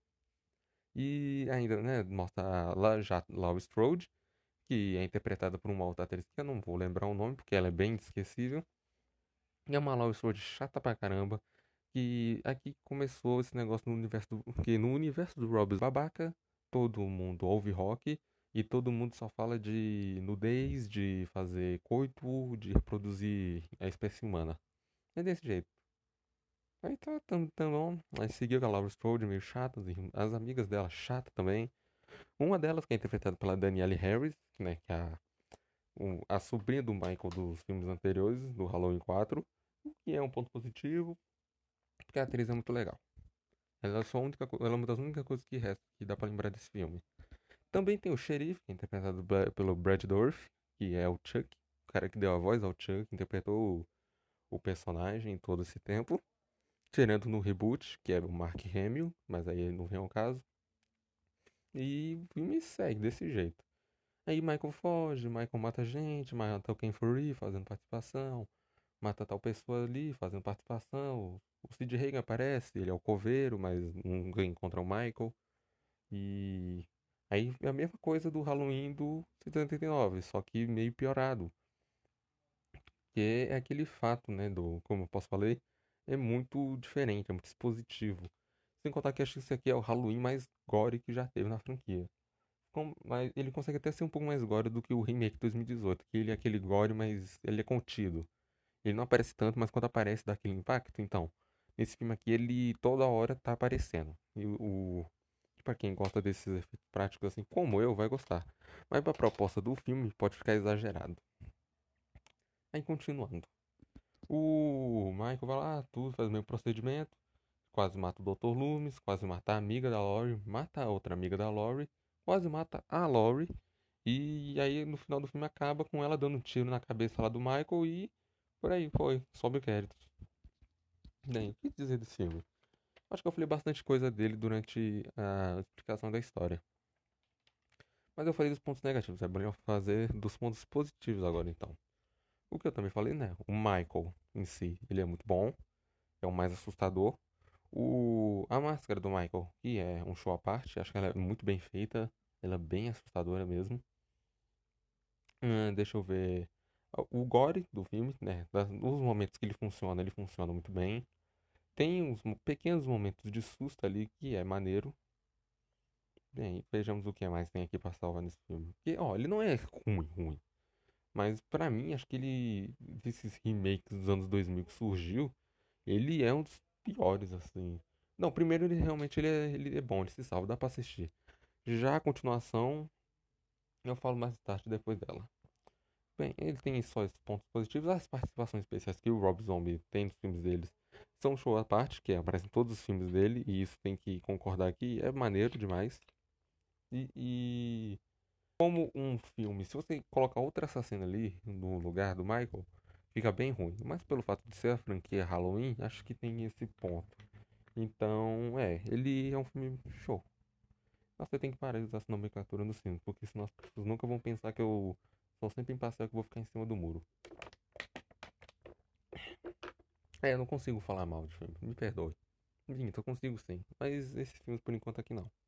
E ainda, né, mostra a La, ja, Laurie Strode, que é interpretada por uma outra atriz que eu não vou lembrar o nome, porque ela é bem inesquecível. E é uma Laurie Strode chata pra caramba, que aqui começou esse negócio no universo do... Porque no universo do Rob Babaca, todo mundo ouve rock e todo mundo só fala de nudez, de fazer coito, de reproduzir a espécie humana. É desse jeito. Aí tá tão, tão bom. Aí seguiu com a Laurie Strode meio chata, as amigas dela chata também. Uma delas que é interpretada pela Danielle Harris, né, que é a, o- a sobrinha do Michael dos filmes anteriores, do Halloween quatro, o que é um ponto positivo, porque a atriz é muito legal. Ela é, só a única, co- ela é uma das únicas coisas que resta que dá pra lembrar desse filme. Também tem o xerife, que é interpretado bla- pelo Brad Dourif, que é o Chuck, o cara que deu a voz ao Chuck, interpretou o, o personagem todo esse tempo. Tirando no reboot, que era o Mark Hamill, mas aí não vem ao caso. E o filme segue desse jeito. Aí Michael foge, Michael mata gente, mata o Ken Fury fazendo participação, mata tal pessoa ali fazendo participação. O Sid Hagen aparece, ele é o coveiro, mas nunca encontra o Michael. E aí é a mesma coisa do Halloween do setenta e nove, só que meio piorado. Que é aquele fato, né, do, como eu posso falar, é muito diferente, é muito expositivo. Sem contar que acho que esse aqui é o Halloween mais gore que já teve na franquia. Com- mas ele consegue até ser um pouco mais gore do que o remake de dois mil e dezoito, que ele é aquele gore, mas ele é contido. Ele não aparece tanto, mas quando aparece dá aquele impacto. Então, nesse filme aqui ele toda hora tá aparecendo. E o, para quem gosta desses efeitos práticos assim, como eu, vai gostar. Mas pra proposta do filme pode ficar exagerado. Aí continuando. O Michael vai lá, tudo, faz o mesmo procedimento. Quase mata o doutor Loomis, quase mata a amiga da Laurie, mata a outra amiga da Laurie, quase mata a Laurie. E aí no final do filme acaba com ela dando um tiro na cabeça lá do Michael e por aí foi, sobe créditos. Bem, o que dizer desse filme? Acho que eu falei bastante coisa dele durante a explicação da história. Mas eu falei dos pontos negativos, é bom eu fazer dos pontos positivos agora então. O que eu também falei, né? O Michael em si, ele é muito bom, é o mais assustador. O, a máscara do Michael, que é um show à parte, acho que ela é muito bem feita, ela é bem assustadora mesmo. Hum, deixa eu ver. O gore do filme, né? das- Os momentos que ele funciona, ele funciona muito bem. Tem uns mo- pequenos momentos de susto ali que é maneiro. Bem, vejamos o que mais tem aqui pra salvar nesse filme. Porque, ó, ele não é ruim, ruim. Mas pra mim, acho que ele, desses remakes dos anos dois mil que surgiu, ele é um dos piores, assim. Não, primeiro ele realmente ele é, ele é bom, ele se salva, dá pra assistir. Já a continuação, eu falo mais tarde depois dela. Bem, ele tem só esses pontos positivos. As participações especiais que o Rob Zombie tem nos filmes deles são um show à parte, que aparece em todos os filmes dele, e isso tem que concordar aqui, é maneiro demais. E, e como um filme, se você colocar outra assassina ali no lugar do Michael, fica bem ruim. Mas pelo fato de ser a franquia Halloween, acho que tem esse ponto. Então, é, ele é um filme show. Mas você tem que parar de usar essa nomenclatura no cinema, porque senão as pessoas nunca vão pensar que eu sou sempre imparcial que eu vou ficar em cima do muro. É, eu não consigo falar mal de filme, me perdoe. Minto, eu consigo sim, mas esses filmes por enquanto aqui não.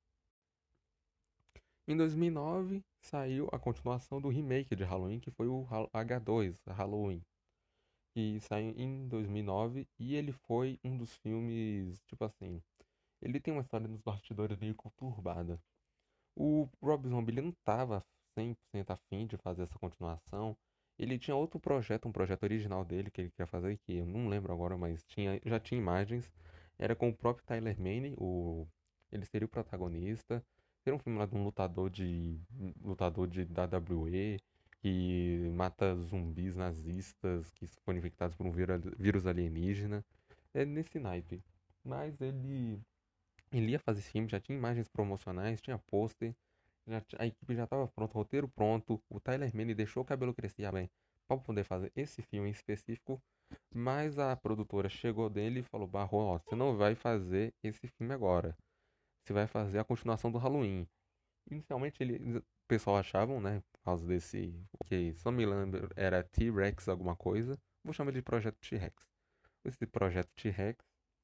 Em dois mil e nove saiu a continuação do remake de Halloween, que foi o H dois, Halloween, que saiu em dois mil e nove e ele foi um dos filmes, tipo assim, ele tem uma história nos bastidores meio conturbada. O Rob Zombie ele não estava cem por cento afim de fazer essa continuação. Ele tinha outro projeto, um projeto original dele que ele queria fazer, que eu não lembro agora, mas tinha, já tinha imagens. Era com o próprio Tyler Mane, o, ele seria o protagonista. Era um filme lá de um lutador de lutador de da W W E que mata zumbis nazistas que foram infectados por um vírus vírus alienígena. É nesse naipe. Mas ele ele ia fazer esse filme, já tinha imagens promocionais, tinha pôster, já ti- a equipe já estava pronta, o roteiro pronto. O Tyler Mane deixou o cabelo crescer já bem para poder fazer esse filme em específico. Mas a produtora chegou dele e falou: Barro, ó, você não vai fazer esse filme agora. Você vai fazer a continuação do Halloween. Inicialmente ele, o pessoal achavam, né, por causa desse, que se não me lembro, era T-Rex alguma coisa. Vou chamar de Projeto T-Rex. Esse Projeto T-Rex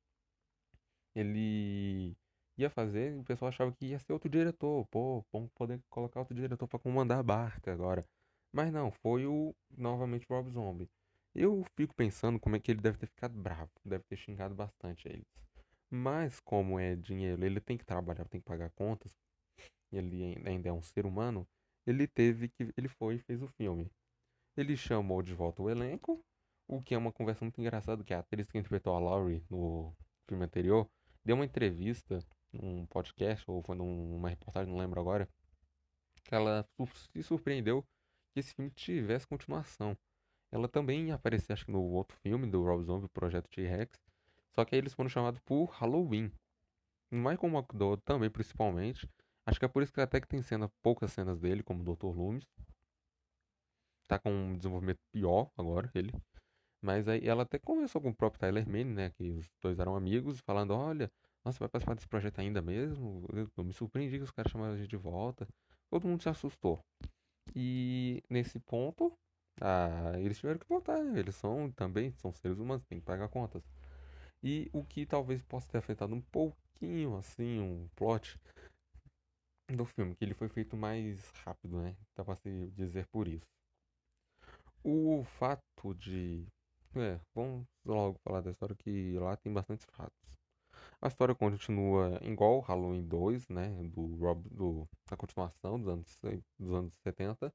ele ia fazer, e o pessoal achava que ia ser outro diretor. Pô, vamos poder colocar outro diretor pra comandar a barca agora. Mas não, foi o novamente o Rob Zombie. Eu fico pensando como é que ele deve ter ficado bravo, deve ter xingado bastante eles. Mas como é dinheiro, ele tem que trabalhar, tem que pagar contas, ele ainda é um ser humano, ele teve que ele foi e fez o filme. Ele chamou de volta o elenco, o que é uma conversa muito engraçada, que a atriz que interpretou a Laurie no filme anterior deu uma entrevista num podcast, ou foi numa reportagem, não lembro agora, que ela su- se surpreendeu que esse filme tivesse continuação. Ela também ia aparecer, acho que no outro filme do Rob Zombie, o Projeto T-Rex, só que aí eles foram chamados por Halloween. No Michael McDowell também, principalmente. Acho que é por isso que até que tem cena, poucas cenas dele, como o doutor Loomis. Tá com um desenvolvimento pior agora, ele. Mas aí ela até conversou com o próprio Tyler Mane, né? Que os dois eram amigos, falando, olha, nossa, vai participar desse projeto ainda mesmo? Eu, eu me surpreendi que os caras chamaram a gente de volta. Todo mundo se assustou. E nesse ponto, ah, eles tiveram que voltar, né? Eles são também, são seres humanos, tem que pagar contas. E o que talvez possa ter afetado um pouquinho, assim, um plot do filme, que ele foi feito mais rápido, né? Dá pra se dizer por isso. O fato de. É, vamos logo falar da história que lá tem bastantes fatos. A história continua igual Halloween dois, né? Do Rob, do, a continuação dos anos, dos anos setenta.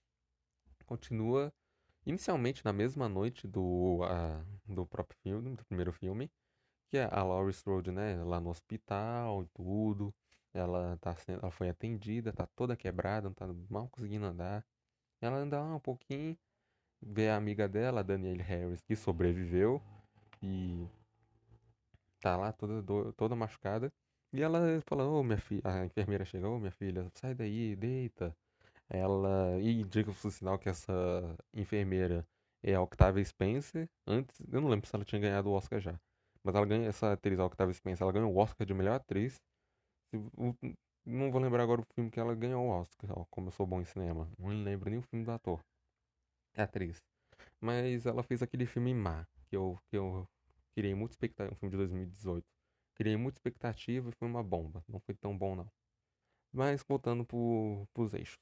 Continua inicialmente na mesma noite do, a, do próprio filme, do primeiro filme, que é a Laurie Strode, né? Lá no hospital e tudo. Ela, tá sendo, ela foi atendida, tá toda quebrada, não tá mal conseguindo andar. Ela anda lá um pouquinho, vê a amiga dela, a Danielle Harris, que sobreviveu e tá lá toda, do- toda machucada. E ela fala, ô minha filha, a enfermeira chega, ô minha filha, sai daí, deita. Ela, e diga-se o sinal que essa enfermeira é a Octavia Spencer. Antes, eu não lembro se ela tinha ganhado o Oscar já. Mas ela ganha, essa atriz, a Octavia Spencer, ela ganhou o Oscar de melhor atriz. Se- o- Não vou lembrar agora o filme que ela ganhou o Oscar, ó, como eu sou bom em cinema. Não lembro nem o filme do ator, é atriz. Mas ela fez aquele filme Má, que eu, que eu criei muita expectativa, um filme de dois mil e dezoito. Criei muita expectativa e foi uma bomba. Não foi tão bom, não. Mas voltando pro, pros eixos.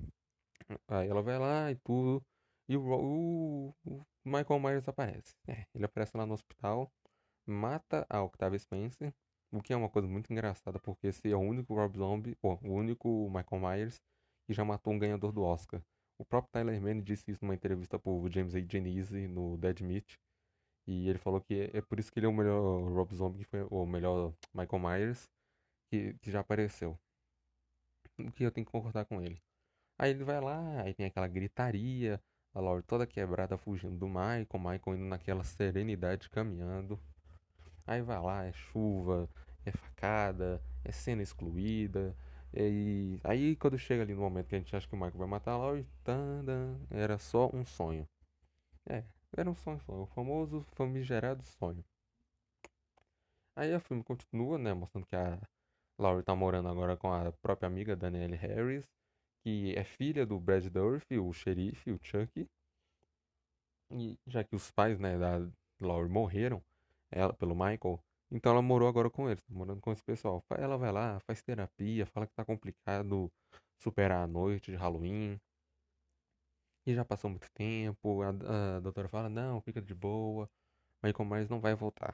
Aí ela vai lá e tudo. E o, Ro- o, o Michael Myers aparece. É, ele aparece lá no hospital, mata a Octavia Spencer. O que é uma coisa muito engraçada, porque esse é o único Rob Zombie, ou o único Michael Myers que já matou um ganhador do Oscar. O próprio Tyler Mane disse isso numa entrevista pro James A. Genese no Dead Meat. E ele falou que é por isso que ele é o melhor Rob Zombie, que foi o melhor Michael Myers que, que já apareceu. O que eu tenho que concordar com ele. Aí ele vai lá, aí tem aquela gritaria, a Laurie toda quebrada fugindo do Michael, o Michael indo naquela serenidade caminhando. Aí vai lá, é chuva, é facada, é cena excluída. E aí quando chega ali no momento que a gente acha que o Michael vai matar a Laurie, tandam, era só um sonho. É, era um sonho, só, o famoso famigerado sonho. Aí o filme continua, né, mostrando que a Laurie tá morando agora com a própria amiga Danielle Harris, que é filha do Brad Dourif, o xerife, o Chuck. E já que os pais, né, da, Laurie morreram, ela, pelo Michael, então ela morou agora com eles, tá morando com esse pessoal. Ela vai lá, faz terapia, fala que tá complicado superar a noite de Halloween, e já passou muito tempo, a, a doutora fala, não, fica de boa, Michael Myers não vai voltar.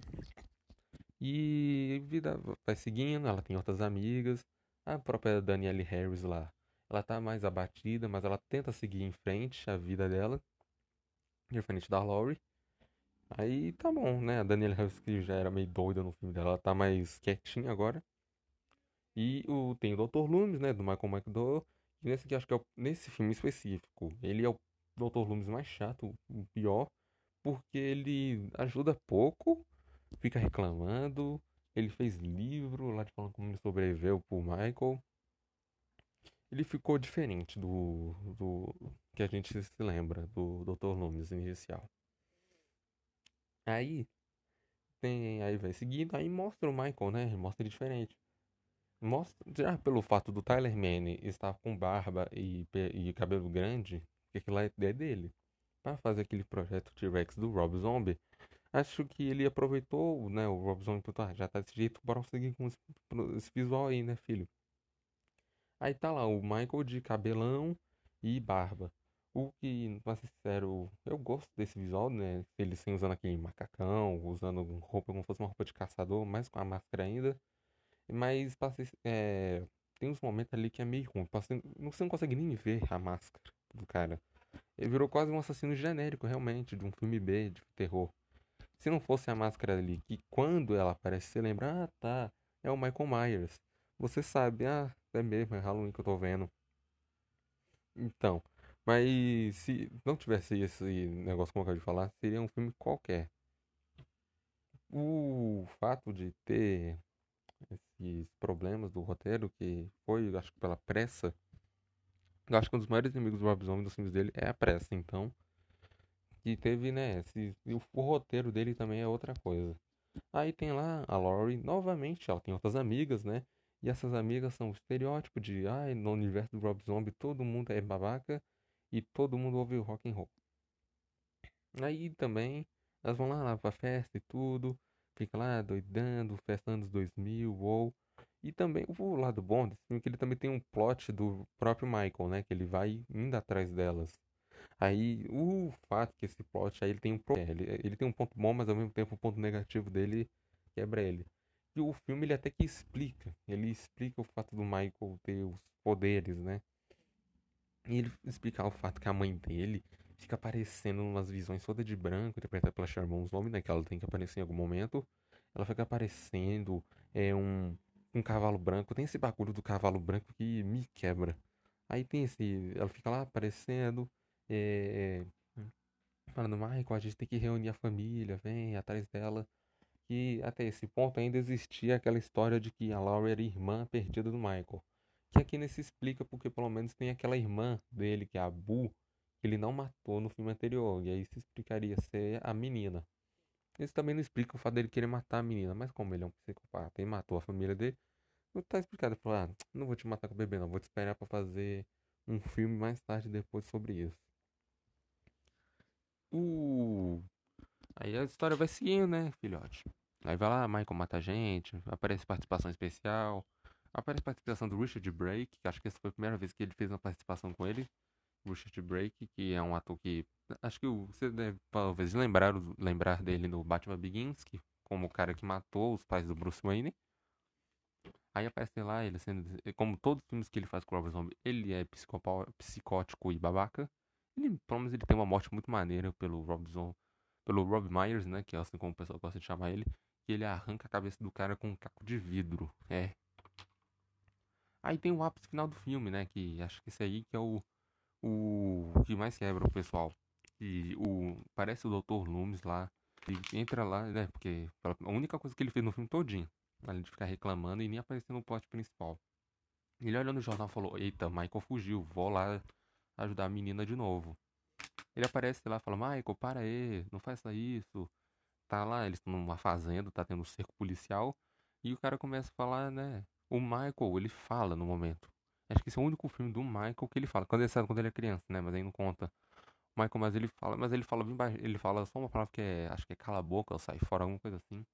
E a vida vai seguindo, ela tem outras amigas, a própria Danielle Harris lá, ela tá mais abatida, mas ela tenta seguir em frente a vida dela, diferente da Laurie. Aí tá bom, né? A Danielle Harris, que já era meio doida no filme dela, ela tá mais quietinha agora. E o, tem o doutor Loomis, né? Do Michael McDowell. E nesse aqui, acho que é o, nesse filme específico, ele é o doutor Loomis mais chato, o pior, porque ele ajuda pouco, fica reclamando. Ele fez livro lá de falando como ele sobreviveu pro Michael. Ele ficou diferente do, do que a gente se lembra do doutor Loomis inicial. Aí tem, aí vai seguindo, aí mostra o Michael, né? Mostra ele diferente. Mostra, já pelo fato do Tyler Mane estar com barba e, pe- e cabelo grande, que aquilo lá é é dele. Para fazer aquele projeto T-Rex do Rob Zombie, acho que ele aproveitou, né? O Rob Zombie pensou, ah, já tá desse jeito, bora seguir com esse, esse visual aí, né, filho? Aí tá lá o Michael de cabelão e barba. O que, pra ser sincero, eu gosto desse visual, né? Ele sem usando aquele macacão, usando roupa como se fosse uma roupa de caçador, mais com a máscara ainda. Mas pra ser- é, tem uns momentos ali que é meio ruim. Pra ser- não- Você não consegue nem ver a máscara do cara. Ele virou quase um assassino genérico, realmente, de um filme B, de terror. Se não fosse a máscara ali, que quando ela aparece, você lembra, ah, tá, é o Michael Myers. Você sabe, ah, é mesmo, é Halloween que eu tô vendo. Então, mas se não tivesse esse negócio como eu acabei de falar, seria um filme qualquer. O fato de ter esses problemas do roteiro, que foi, acho que pela pressa, eu acho que um dos maiores inimigos do Rob Zombie dos filmes dele é a pressa, então, que teve, né, esse, e o, o roteiro dele também é outra coisa. Aí tem lá a Laurie, novamente, ela tem outras amigas, né, e essas amigas são o estereótipo de, ai, no universo do Rob Zombie todo mundo é babaca e todo mundo ouve rock and roll. Aí também, elas vão lá, lá pra festa e tudo, fica lá doidando, festa anos dois mil, uou. E também, o lado bom desse filme é que ele também tem um plot do próprio Michael, né? Que ele vai indo atrás delas. Aí, o fato que esse plot aí ele tem um problema. Ele, ele tem um ponto bom, mas ao mesmo tempo o ponto negativo dele quebra ele. E o filme ele até que explica. Ele explica o fato do Michael ter os poderes, né? E ele explicar o fato que a mãe dele fica aparecendo em umas visões toda de branco, interpretada pela Sherman Sloan, né? Que ela tem que aparecer em algum momento. Ela fica aparecendo, é um, um cavalo branco. Tem esse bagulho do cavalo branco que me quebra. Aí tem esse. Ela fica lá aparecendo, é, falando, Michael, a gente tem que reunir a família, vem atrás dela. E até esse ponto ainda existia aquela história de que a Laura era irmã perdida do Michael. Que aqui nesse explica porque pelo menos tem aquela irmã dele, que é a Boo, que ele não matou no filme anterior. E aí se explicaria ser a menina. Isso também não explica o fato dele querer matar a menina, mas como ele é um psicopata e matou a família dele, não tá explicado. Ele falou, ah, não vou te matar com o bebê não, vou te esperar pra fazer um filme mais tarde depois sobre isso. Uh, Aí a história vai seguindo, né, filhote? Aí vai lá, Michael mata a gente, aparece participação especial, aparece participação do Richard Brake, que acho que essa foi a primeira vez que ele fez uma participação com ele. Richard Brake, que é um ator que acho que o- você deve talvez lembrar, lembrar dele no Batman Begins, que como o cara que matou os pais do Bruce Wayne. Aí aparece lá ele sendo, como todos os filmes que ele faz com o Rob Zombie, ele é psicopá- psicótico e babaca. Ele, pelo menos ele tem uma morte muito maneira pelo Rob Zombie, pelo Rob Myers, né, que é assim como o pessoal gosta de chamar ele, que ele arranca a cabeça do cara com um caco de vidro. É. Aí tem o ápice final do filme, né, que acho que esse aí que é o o que mais quebra o pessoal. E o parece o doutor Loomis lá, ele entra lá, né, porque a única coisa que ele fez no filme todinho, além de ficar reclamando e nem aparecer no plot principal. Ele olhou no jornal e falou: Eita, Michael fugiu, vou lá ajudar a menina de novo. Ele aparece lá e fala: Michael, para aí, não faça isso. Tá lá, eles estão numa fazenda, tá tendo um cerco policial. E o cara começa a falar, né? O Michael, ele fala no momento. Acho que esse é o único filme do Michael que ele fala. Quando ele sabe quando ele é criança, né? Mas aí não conta. Michael Myers ele fala, mas ele fala bem baixo, ele fala só uma palavra que é, acho que é cala a boca ou sai fora, alguma coisa assim.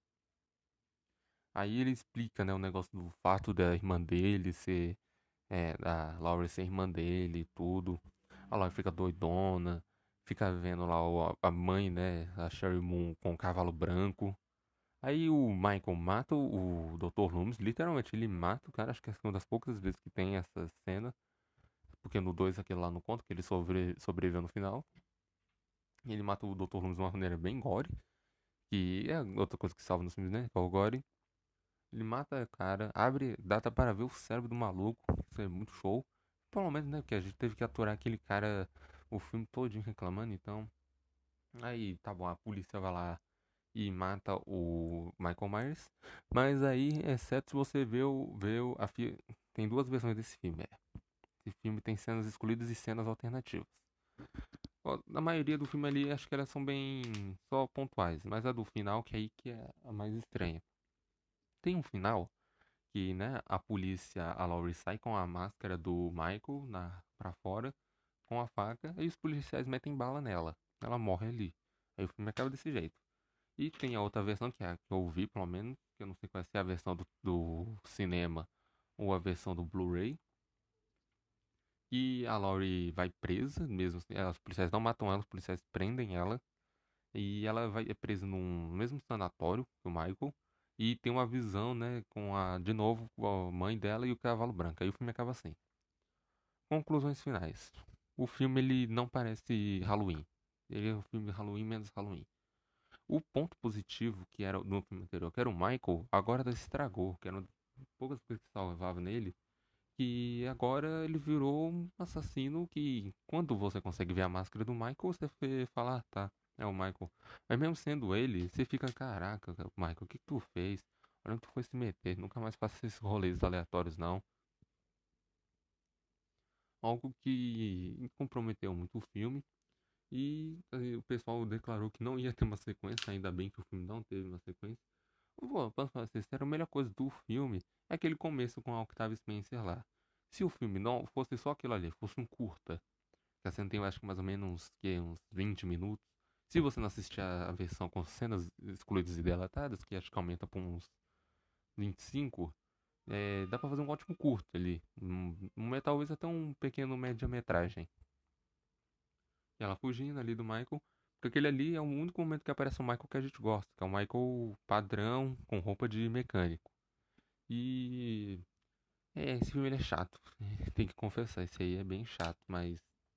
Aí ele explica, né, o negócio do fato da irmã dele ser, é, da Laurie ser irmã dele e tudo. A Laurie fica doidona, fica vendo lá o- a mãe, né, a Sherry Moon com o cavalo branco. Aí o Michael mata o doutor Loomis, literalmente ele mata o cara, acho que é uma das poucas vezes que tem essa cena, porque no dois aquele lá no conto, que ele sobre, sobreviveu no final. Ele mata o doutor Loomis de uma maneira bem gore, que é outra coisa que salva nos filmes, né, que é o gore. Ele mata o cara, abre data para ver o cérebro do maluco, isso é muito show. Pelo menos, né, porque a gente teve que aturar aquele cara o filme todinho reclamando, então... Aí, tá bom, a polícia vai lá e mata o Michael Myers. Mas aí, exceto se você vê o. Vê o a fi... Tem duas versões desse filme. É. Esse filme tem cenas excluídas e cenas alternativas. Ó, na maioria do filme ali, acho que elas são bem só pontuais. Mas a do final, que é aí que é a mais estranha. Tem um final que, né, a polícia, a Laurie sai com a máscara do Michael na, pra fora, com a faca, e os policiais metem bala nela. Ela morre ali. Aí o filme acaba desse jeito. E tem a outra versão, que é a que eu vi, pelo menos, que eu não sei qual é a versão do, do cinema ou a versão do Blu-ray. E a Laurie vai presa, mesmo assim, os policiais não matam ela, os policiais prendem ela. E ela vai é presa num mesmo sanatório que o Michael. E tem uma visão, né, com a, de novo, com a mãe dela e o cavalo branco. Aí o filme acaba assim. Conclusões finais. O filme, ele não parece Halloween. Ele é um filme Halloween menos Halloween. O ponto positivo que era no filme anterior, que era o Michael, agora estragou, que eram poucas coisas que salvavam nele, que agora ele virou um assassino que, quando você consegue ver a máscara do Michael, você fe- fala, ah, tá, é o Michael. Mas mesmo sendo ele, você fica, caraca, Michael, o que que tu fez? Olha onde tu foi se meter, nunca mais faça esses rolês aleatórios, não. Algo que comprometeu muito o filme. E eh, o pessoal declarou que não ia ter uma sequência, ainda bem que o filme não teve uma sequência. Pô, posso falar sincero, a melhor coisa do filme é aquele começo com a Octavia Spencer lá. Se o filme não fosse só aquilo ali, fosse um curta, que a cena tem, eu acho que mais ou menos uns, que, uns vinte minutos. Se você não assistir a, a versão com cenas excluídas e deletadas, que acho que aumenta para uns vinte e cinco, é, dá pra fazer um ótimo curto ali. Um, um, talvez até um pequeno média-metragem. E ela fugindo ali do Michael. Porque aquele ali é o único momento que aparece o Michael que a gente gosta, que é o Michael padrão, com roupa de mecânico. E é, esse filme ele é chato. Tem que confessar, esse aí é bem chato, mas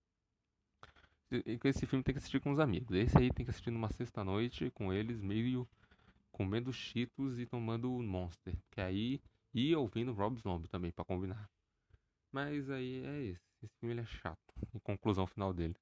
e- esse filme tem que assistir com os amigos. Esse aí tem que assistir numa sexta-noite com eles, meio comendo Cheetos e tomando Monster. Que aí e ouvindo Rob Zombie também pra combinar. Mas aí é esse. Esse filme ele é chato. Em conclusão final dele.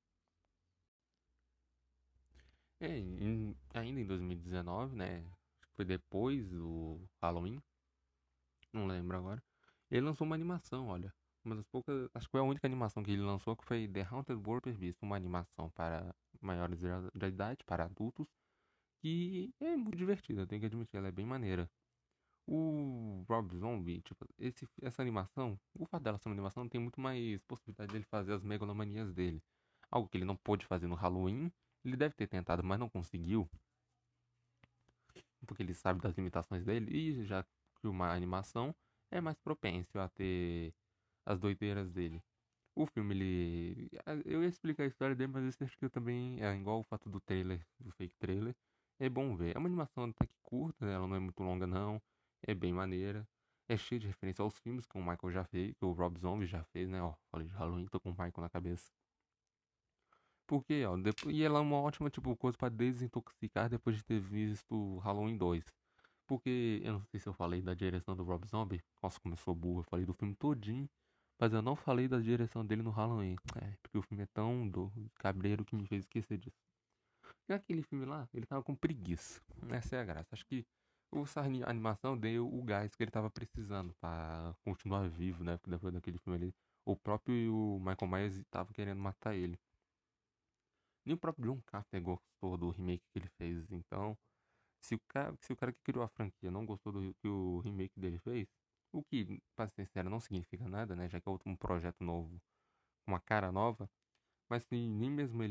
É, em- ainda em dois mil e dezenove, né? Acho que foi depois do Halloween, não lembro agora. Ele lançou uma animação, olha. Uma das poucas. Acho que foi a única animação que ele lançou que foi The Haunted World Beast, uma animação para maiores de de idade, para adultos. Que é muito divertida, tenho que admitir, ela é bem maneira. O Rob Zombie, tipo, esse, essa animação, o fato dela ser uma animação tem muito mais possibilidade dele fazer as megalomanias dele. Algo que ele não pôde fazer no Halloween, ele deve ter tentado, mas não conseguiu, porque ele sabe das limitações dele, e já que uma animação é mais propenso a ter as doideiras dele. O filme, ele. Eu ia explicar a história dele, mas eu acho que eu também é igual o fato do trailer, do fake trailer. É bom ver. É uma animação até que curta, né? Ela não é muito longa, não. É bem maneira. É cheio de referência aos filmes que o Michael já fez, que o Rob Zombie já fez, né? Ó, falei de Halloween, tô com o Michael na cabeça. Porque, ó, depois, e ela é uma ótima, tipo, coisa pra desintoxicar depois de ter visto Halloween dois. Porque, eu não sei se eu falei da direção do Rob Zombie. Nossa, começou burro. Eu falei do filme todinho. Mas eu não falei da direção dele no Halloween. É, porque o filme é tão do cabreiro que me fez esquecer disso. E aquele filme lá, ele tava com preguiça. Essa é a graça. Acho que essa animação deu o gás que ele tava precisando pra continuar vivo, né? Porque depois daquele filme ali, o próprio Michael Myers tava querendo matar ele. Nem o próprio John Carpenter gostou do remake que ele fez. Então, se o cara, se o cara que criou a franquia não gostou do que o remake dele fez, o que, pra ser sincero, não significa nada, né? Já que é outro- um projeto novo, uma cara nova, mas se nem mesmo ele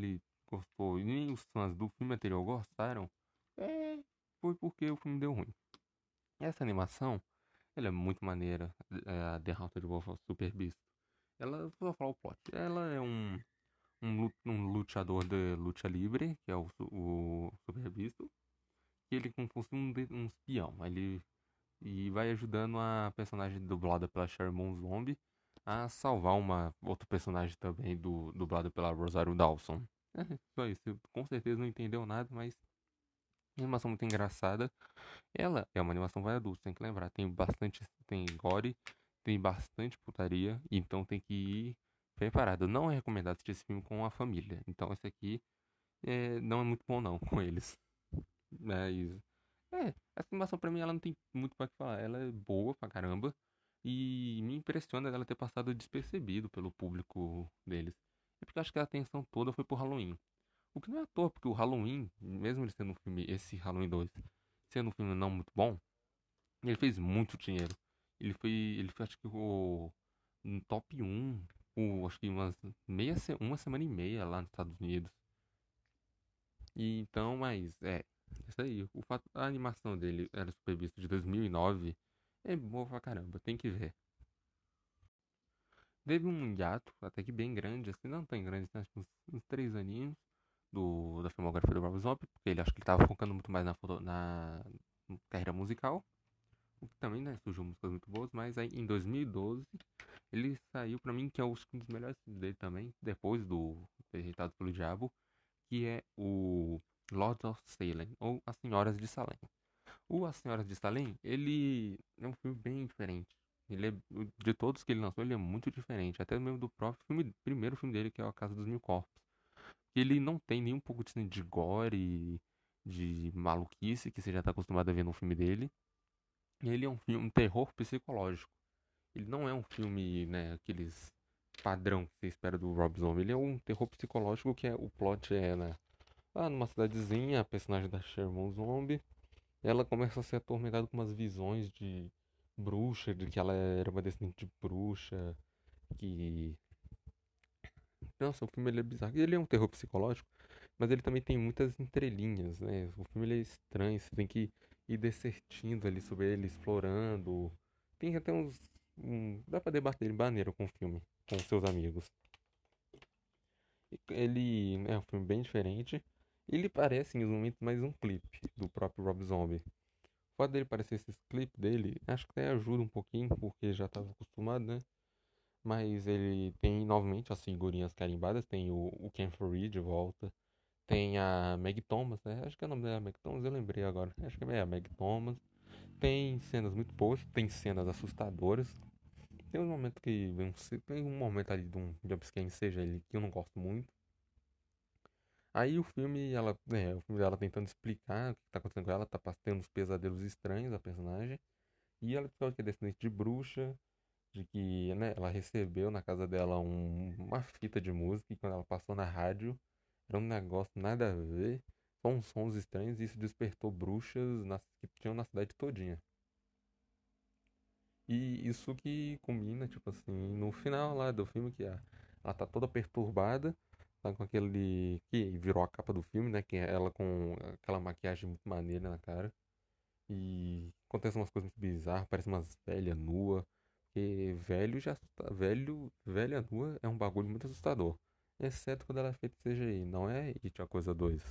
gostou e nem os fãs do filme anterior gostaram, é, foi porque o filme deu ruim. Essa animação, ela é muito maneira, é, a The Haunted Wolf of Super Beast. Ela, vou falar o plot, ela é um, um, lu- um lutador de luta livre, que é o, su- o Super Beast, que ele como se fosse um, de- um espião. Ele e vai ajudando a personagem dublada pela Sherry Moon Zombie a salvar uma outro personagem também do, dublado pela Rosario Dawson. É, só isso. Você com certeza não entendeu nada, mas animação muito engraçada. Ela é uma animação para adultos, tem que lembrar. Tem bastante, tem gore, tem bastante putaria, então tem que ir preparado. Não é recomendado assistir esse filme com a família. Então esse aqui é, não é muito bom não com eles. Mas é, essa animação pra mim ela não tem muito pra que falar. Ela é boa pra caramba e me impressiona ela ter passado despercebido pelo público deles. É porque eu acho que a atenção toda foi pro Halloween. O que não é à toa, porque o Halloween, mesmo ele sendo um filme, esse Halloween dois sendo um filme não muito bom, ele fez muito dinheiro. Ele foi, ele foi acho que o um top um o, acho que umas meia, se- uma semana e meia lá nos Estados Unidos. E então, mas é, isso aí. O fato, a animação dele era super vista de dois mil e nove é boa pra caramba, tem que ver. Teve um hiato, até que bem grande, assim, não tão grande, né, acho que uns, uns três aninhos do, da filmografia do Rob Zombie, porque ele acho que ele tava focando muito mais na, foto- na carreira musical, o que também, né, surgiu músicas muito boas, mas aí em dois mil e doze ele saiu pra mim, que é acho que um dos melhores filmes dele também, depois do Rejeitado pelo Diabo, que é o Lords of Salem, ou As Senhoras de Salem. O As Senhoras de Salem, ele é um filme bem diferente. Ele é, de todos que ele lançou, ele é muito diferente, até mesmo do próprio filme, primeiro filme dele, que é A Casa dos Mil Corpos. Ele não tem nem um pouco de, de gore, de maluquice que você já está acostumado a ver no filme dele. Ele é um filme, um terror psicológico. Ele não é um filme, né, aqueles padrão que você espera do Rob Zombie. Ele é um terror psicológico que é o plot é, né, lá numa cidadezinha, a personagem da Sherman Zombie, ela começa a ser atormentada com umas visões de bruxa, de que ela era uma descendente de bruxa, que... Nossa, o filme ele é bizarro. Ele é um terror psicológico, mas ele também tem muitas entrelinhas, né? O filme ele é estranho, você tem que ir discertindo ali sobre ele, explorando. Tem até uns... Um... Dá pra debater maneiro com o filme, com seus amigos. Ele é um filme bem diferente. Ele parece, em alguns momentos, mais um clipe do próprio Rob Zombie. O fato dele parecer esses clipes dele, acho que até ajuda um pouquinho, porque já estava acostumado, né? Mas ele tem novamente as figurinhas carimbadas, tem o, o Ken Foree de volta, tem a Meg Thomas, né? Acho que é o nome dela, Meg Thomas, eu lembrei agora. Acho que é a Meg Thomas. Tem cenas muito boas, tem cenas assustadoras. Tem um momento que vem um, tem um momento ali de um jumpscare, seja ele que eu não gosto muito. Aí o filme, ela, é, o filme dela tentando explicar o que tá acontecendo com ela, tá tendo uns pesadelos estranhos, a personagem. E ela descobre que é descendente de bruxa, de que, né, ela recebeu na casa dela um- uma fita de música e quando ela passou na rádio, era um negócio nada a ver, só uns sons estranhos e isso despertou bruxas nas- que tinham na cidade todinha. E isso que culmina, tipo assim, no final lá do filme, que a, ela tá toda perturbada, tá com aquele que virou a capa do filme, né, que é ela com aquela maquiagem muito maneira na cara. E acontecem umas coisas muito bizarras, parece umas velhas nua. Porque velho já assusta, velho, velha nua é um bagulho muito assustador. Exceto quando ela é feita C G I, não é It a Coisa dois.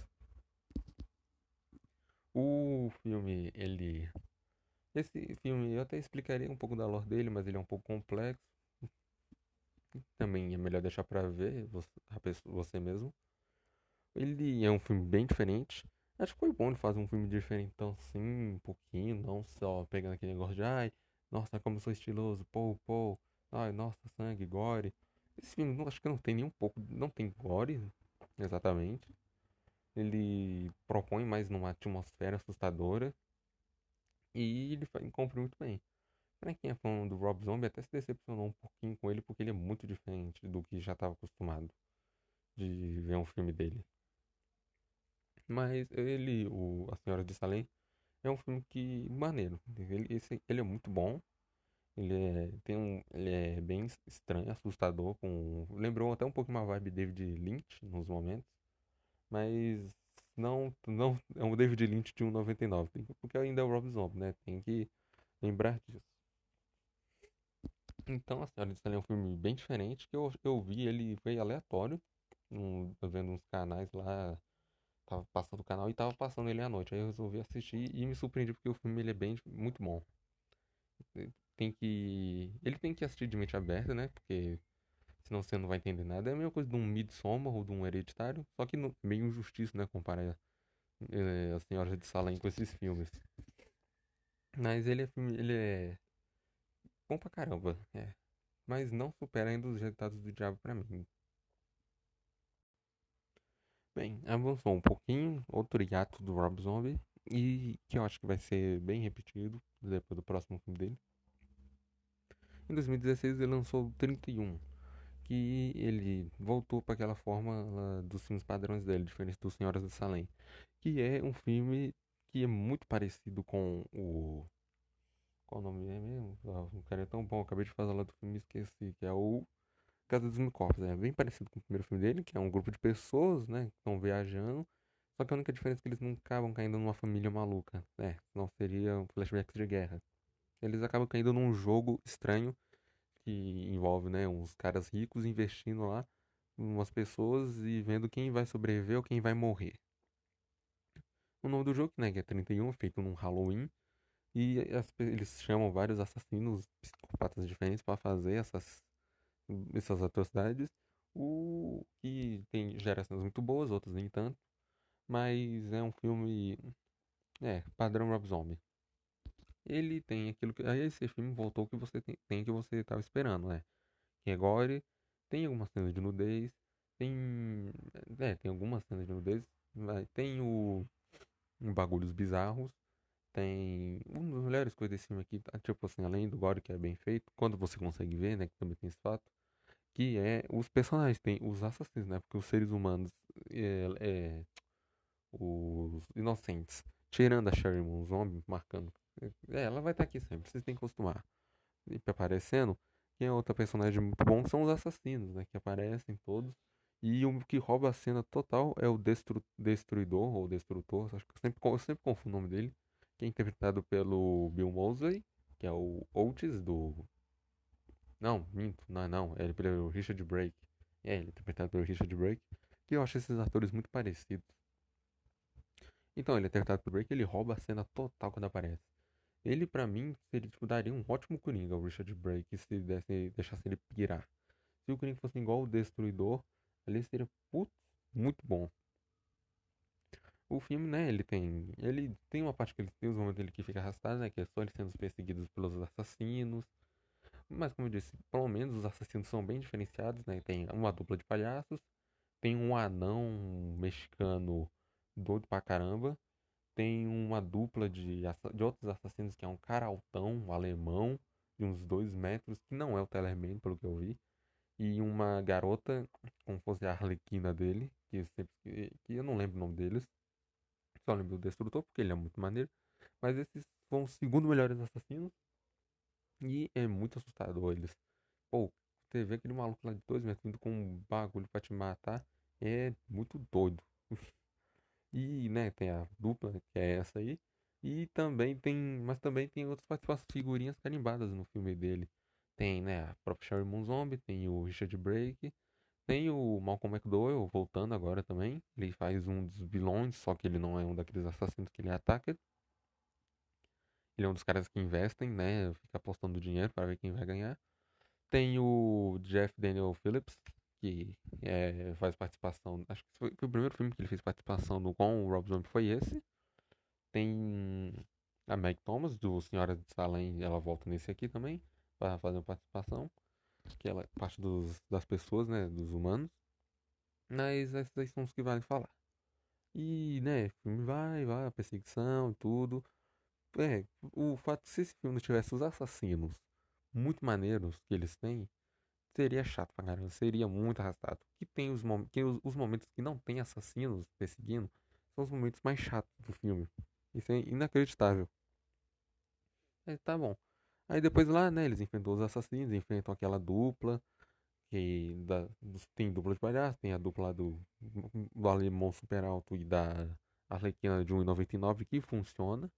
O filme, ele. Esse filme eu até explicaria um pouco da lore dele, mas ele é um pouco complexo. Também é melhor deixar pra ver você, a pessoa- você mesmo. Ele é um filme bem diferente. Acho que foi bom ele fazer um filme diferentão assim, um pouquinho, não só pegando aquele negócio de ai, nossa, como eu sou estiloso, pô, pô, ai, nossa, sangue, gore. Esse filme não, acho que não tem nem um pouco, não tem gore, exatamente. Ele propõe mais numa atmosfera assustadora e ele fa- cumpre muito bem. Pra quem é fã do Rob Zombie, até se decepcionou um pouquinho com ele porque ele é muito diferente do que já estava acostumado de ver um filme dele. Mas ele, o A Senhora de Salem, é um filme que maneiro. Ele, esse, ele é muito bom. Ele é, tem um, ele é bem estranho, assustador. Com, lembrou até um pouco uma vibe David Lynch nos momentos. Mas não, não é um David Lynch de um noventa e nove, porque ainda é o Rob Zombie, né? Tem que lembrar disso. Então, A Senhora de Salem é um filme bem diferente, que eu, eu vi, ele foi aleatório, um, eu vendo uns canais lá, tava passando o canal e tava passando ele à noite, aí eu resolvi assistir e me surpreendi porque o filme ele é bem, muito bom. Tem que, ele tem que assistir de mente aberta, né? Porque senão você não vai entender nada. É a mesma coisa de um Midsommar ou de um Hereditário, só que no, meio injustiça, né? Comparar é, A Senhora de Salem com esses filmes. Mas ele é filme, ele é bom pra caramba, é. Mas não supera ainda os resultados do Diabo pra mim. Bem, avançou um pouquinho, outro hiato do Rob Zombie, e que eu acho que vai ser bem repetido depois do próximo filme dele. Em dois mil e dezesseis ele lançou o trinta e um, que ele voltou para aquela forma dos filmes padrões dele, diferente do Senhoras de Salem, que é um filme que é muito parecido com o... Qual o nome é mesmo? Ah, o cara é tão bom, acabei de falar lá do filme e esqueci, que é o Casa dos Mil Corpos. É bem parecido com o primeiro filme dele, que é um grupo de pessoas, né, que estão viajando, só que a única diferença é que eles não acabam caindo numa família maluca, né, senão seria um flashback de guerra. Eles acabam caindo num jogo estranho que envolve, né, uns caras ricos investindo lá umas pessoas e vendo quem vai sobreviver ou quem vai morrer. O nome do jogo, né, que é trinta e um, feito num Halloween, e as pe- eles chamam vários assassinos psicopatas diferentes para fazer essas, essas atrocidades. O que tem gera cenas muito boas, outras nem tanto, mas é um filme, é, padrão Rob Zombie. Ele tem aquilo que. Aí esse filme voltou o que você tem, tem que você estava esperando, né? Que é gore, tem algumas cenas de nudez, tem. É, tem algumas cenas de nudez, mas tem o. um bagulhos bizarros, tem. Uma das melhores coisas desse filme aqui, tá, tipo assim, além do gore que é bem feito, quando você consegue ver, né? Que também tem esse fato, que é os personagens, tem os assassinos, né? Porque os seres humanos, é, é, os inocentes, tirando a Sherry Moon Zombie, marcando. É, ela vai estar aqui sempre, vocês têm que acostumar. E aparecendo. Quem é outra personagem muito bom são os assassinos, né? Que aparecem todos. E o que rouba a cena total é o Destru Destruidor, ou Destrutor, acho que eu sempre, eu sempre confundo o nome dele. Que é interpretado pelo Bill Moseley, que é o Otis do. Não, minto, não, não. É pelo Richard Brake. É, ele é interpretado pelo Richard Brake. Que eu acho esses atores muito parecidos. Então, ele é interpretado pelo Brake, ele rouba a cena total quando aparece. Ele, pra mim, seria, tipo, daria um ótimo Coringa, o Richard Brake, se desse, deixasse ele pirar. Se o Coringa fosse igual o Destruidor, ali seria, putz, muito bom. O filme, né, ele tem, ele tem uma parte que ele tem os momentos dele que fica arrastado, né, que é só ele sendo perseguido pelos assassinos. Mas, como eu disse, pelo menos os assassinos são bem diferenciados, né, tem uma dupla de palhaços, tem um anão mexicano doido pra caramba, tem uma dupla de, de outros assassinos que é um cara altão, um alemão, de uns dois metros, que não é o Tellerman, pelo que eu vi. E uma garota, como fosse a Arlequina dele, que, sempre, que, que eu não lembro o nome deles. Só lembro do Destrutor, porque ele é muito maneiro. Mas esses são os segundo melhores assassinos. E é muito assustador eles. Pô, você vê aquele maluco lá de dois metros vindo com um bagulho pra te matar. É muito doido. E, né, tem a dupla, que é essa aí. E também tem. Mas também tem outras participações, figurinhas carimbadas no filme dele. Tem, né, a própria Sherry Moon Zombie, tem o Richard Brake, tem o Malcolm McDowell voltando agora também. Ele faz um dos vilões, só que ele não é um daqueles assassinos que ele ataca. Ele é um dos caras que investem, né? Fica apostando dinheiro para ver quem vai ganhar. Tem o Jeff Daniel Phillips, que é, faz participação. Acho que foi, foi o primeiro filme que ele fez participação no, com o Rob Zombie foi esse. Tem a Meg Thomas, do Senhora de Salem, ela volta nesse aqui também, para fazer uma participação. Que ela é parte dos, das pessoas, né? Dos humanos. Mas esses aí são os que valem falar. E, né, o filme vai, vai, a perseguição, tudo. É, o fato de se esse filme não tivesse os assassinos muito maneiros que eles têm, seria chato pra caramba, seria muito arrastado. Que tem os, mom que os, os momentos que não tem assassinos perseguindo são os momentos mais chatos do filme. Isso é inacreditável. Mas tá bom. Aí depois lá, né, eles enfrentam os assassinos, enfrentam aquela dupla, que da, dos- tem dupla de palhaço, tem a dupla do, do Alemão Super Alto e da Arlequina de um e noventa e nove que funciona.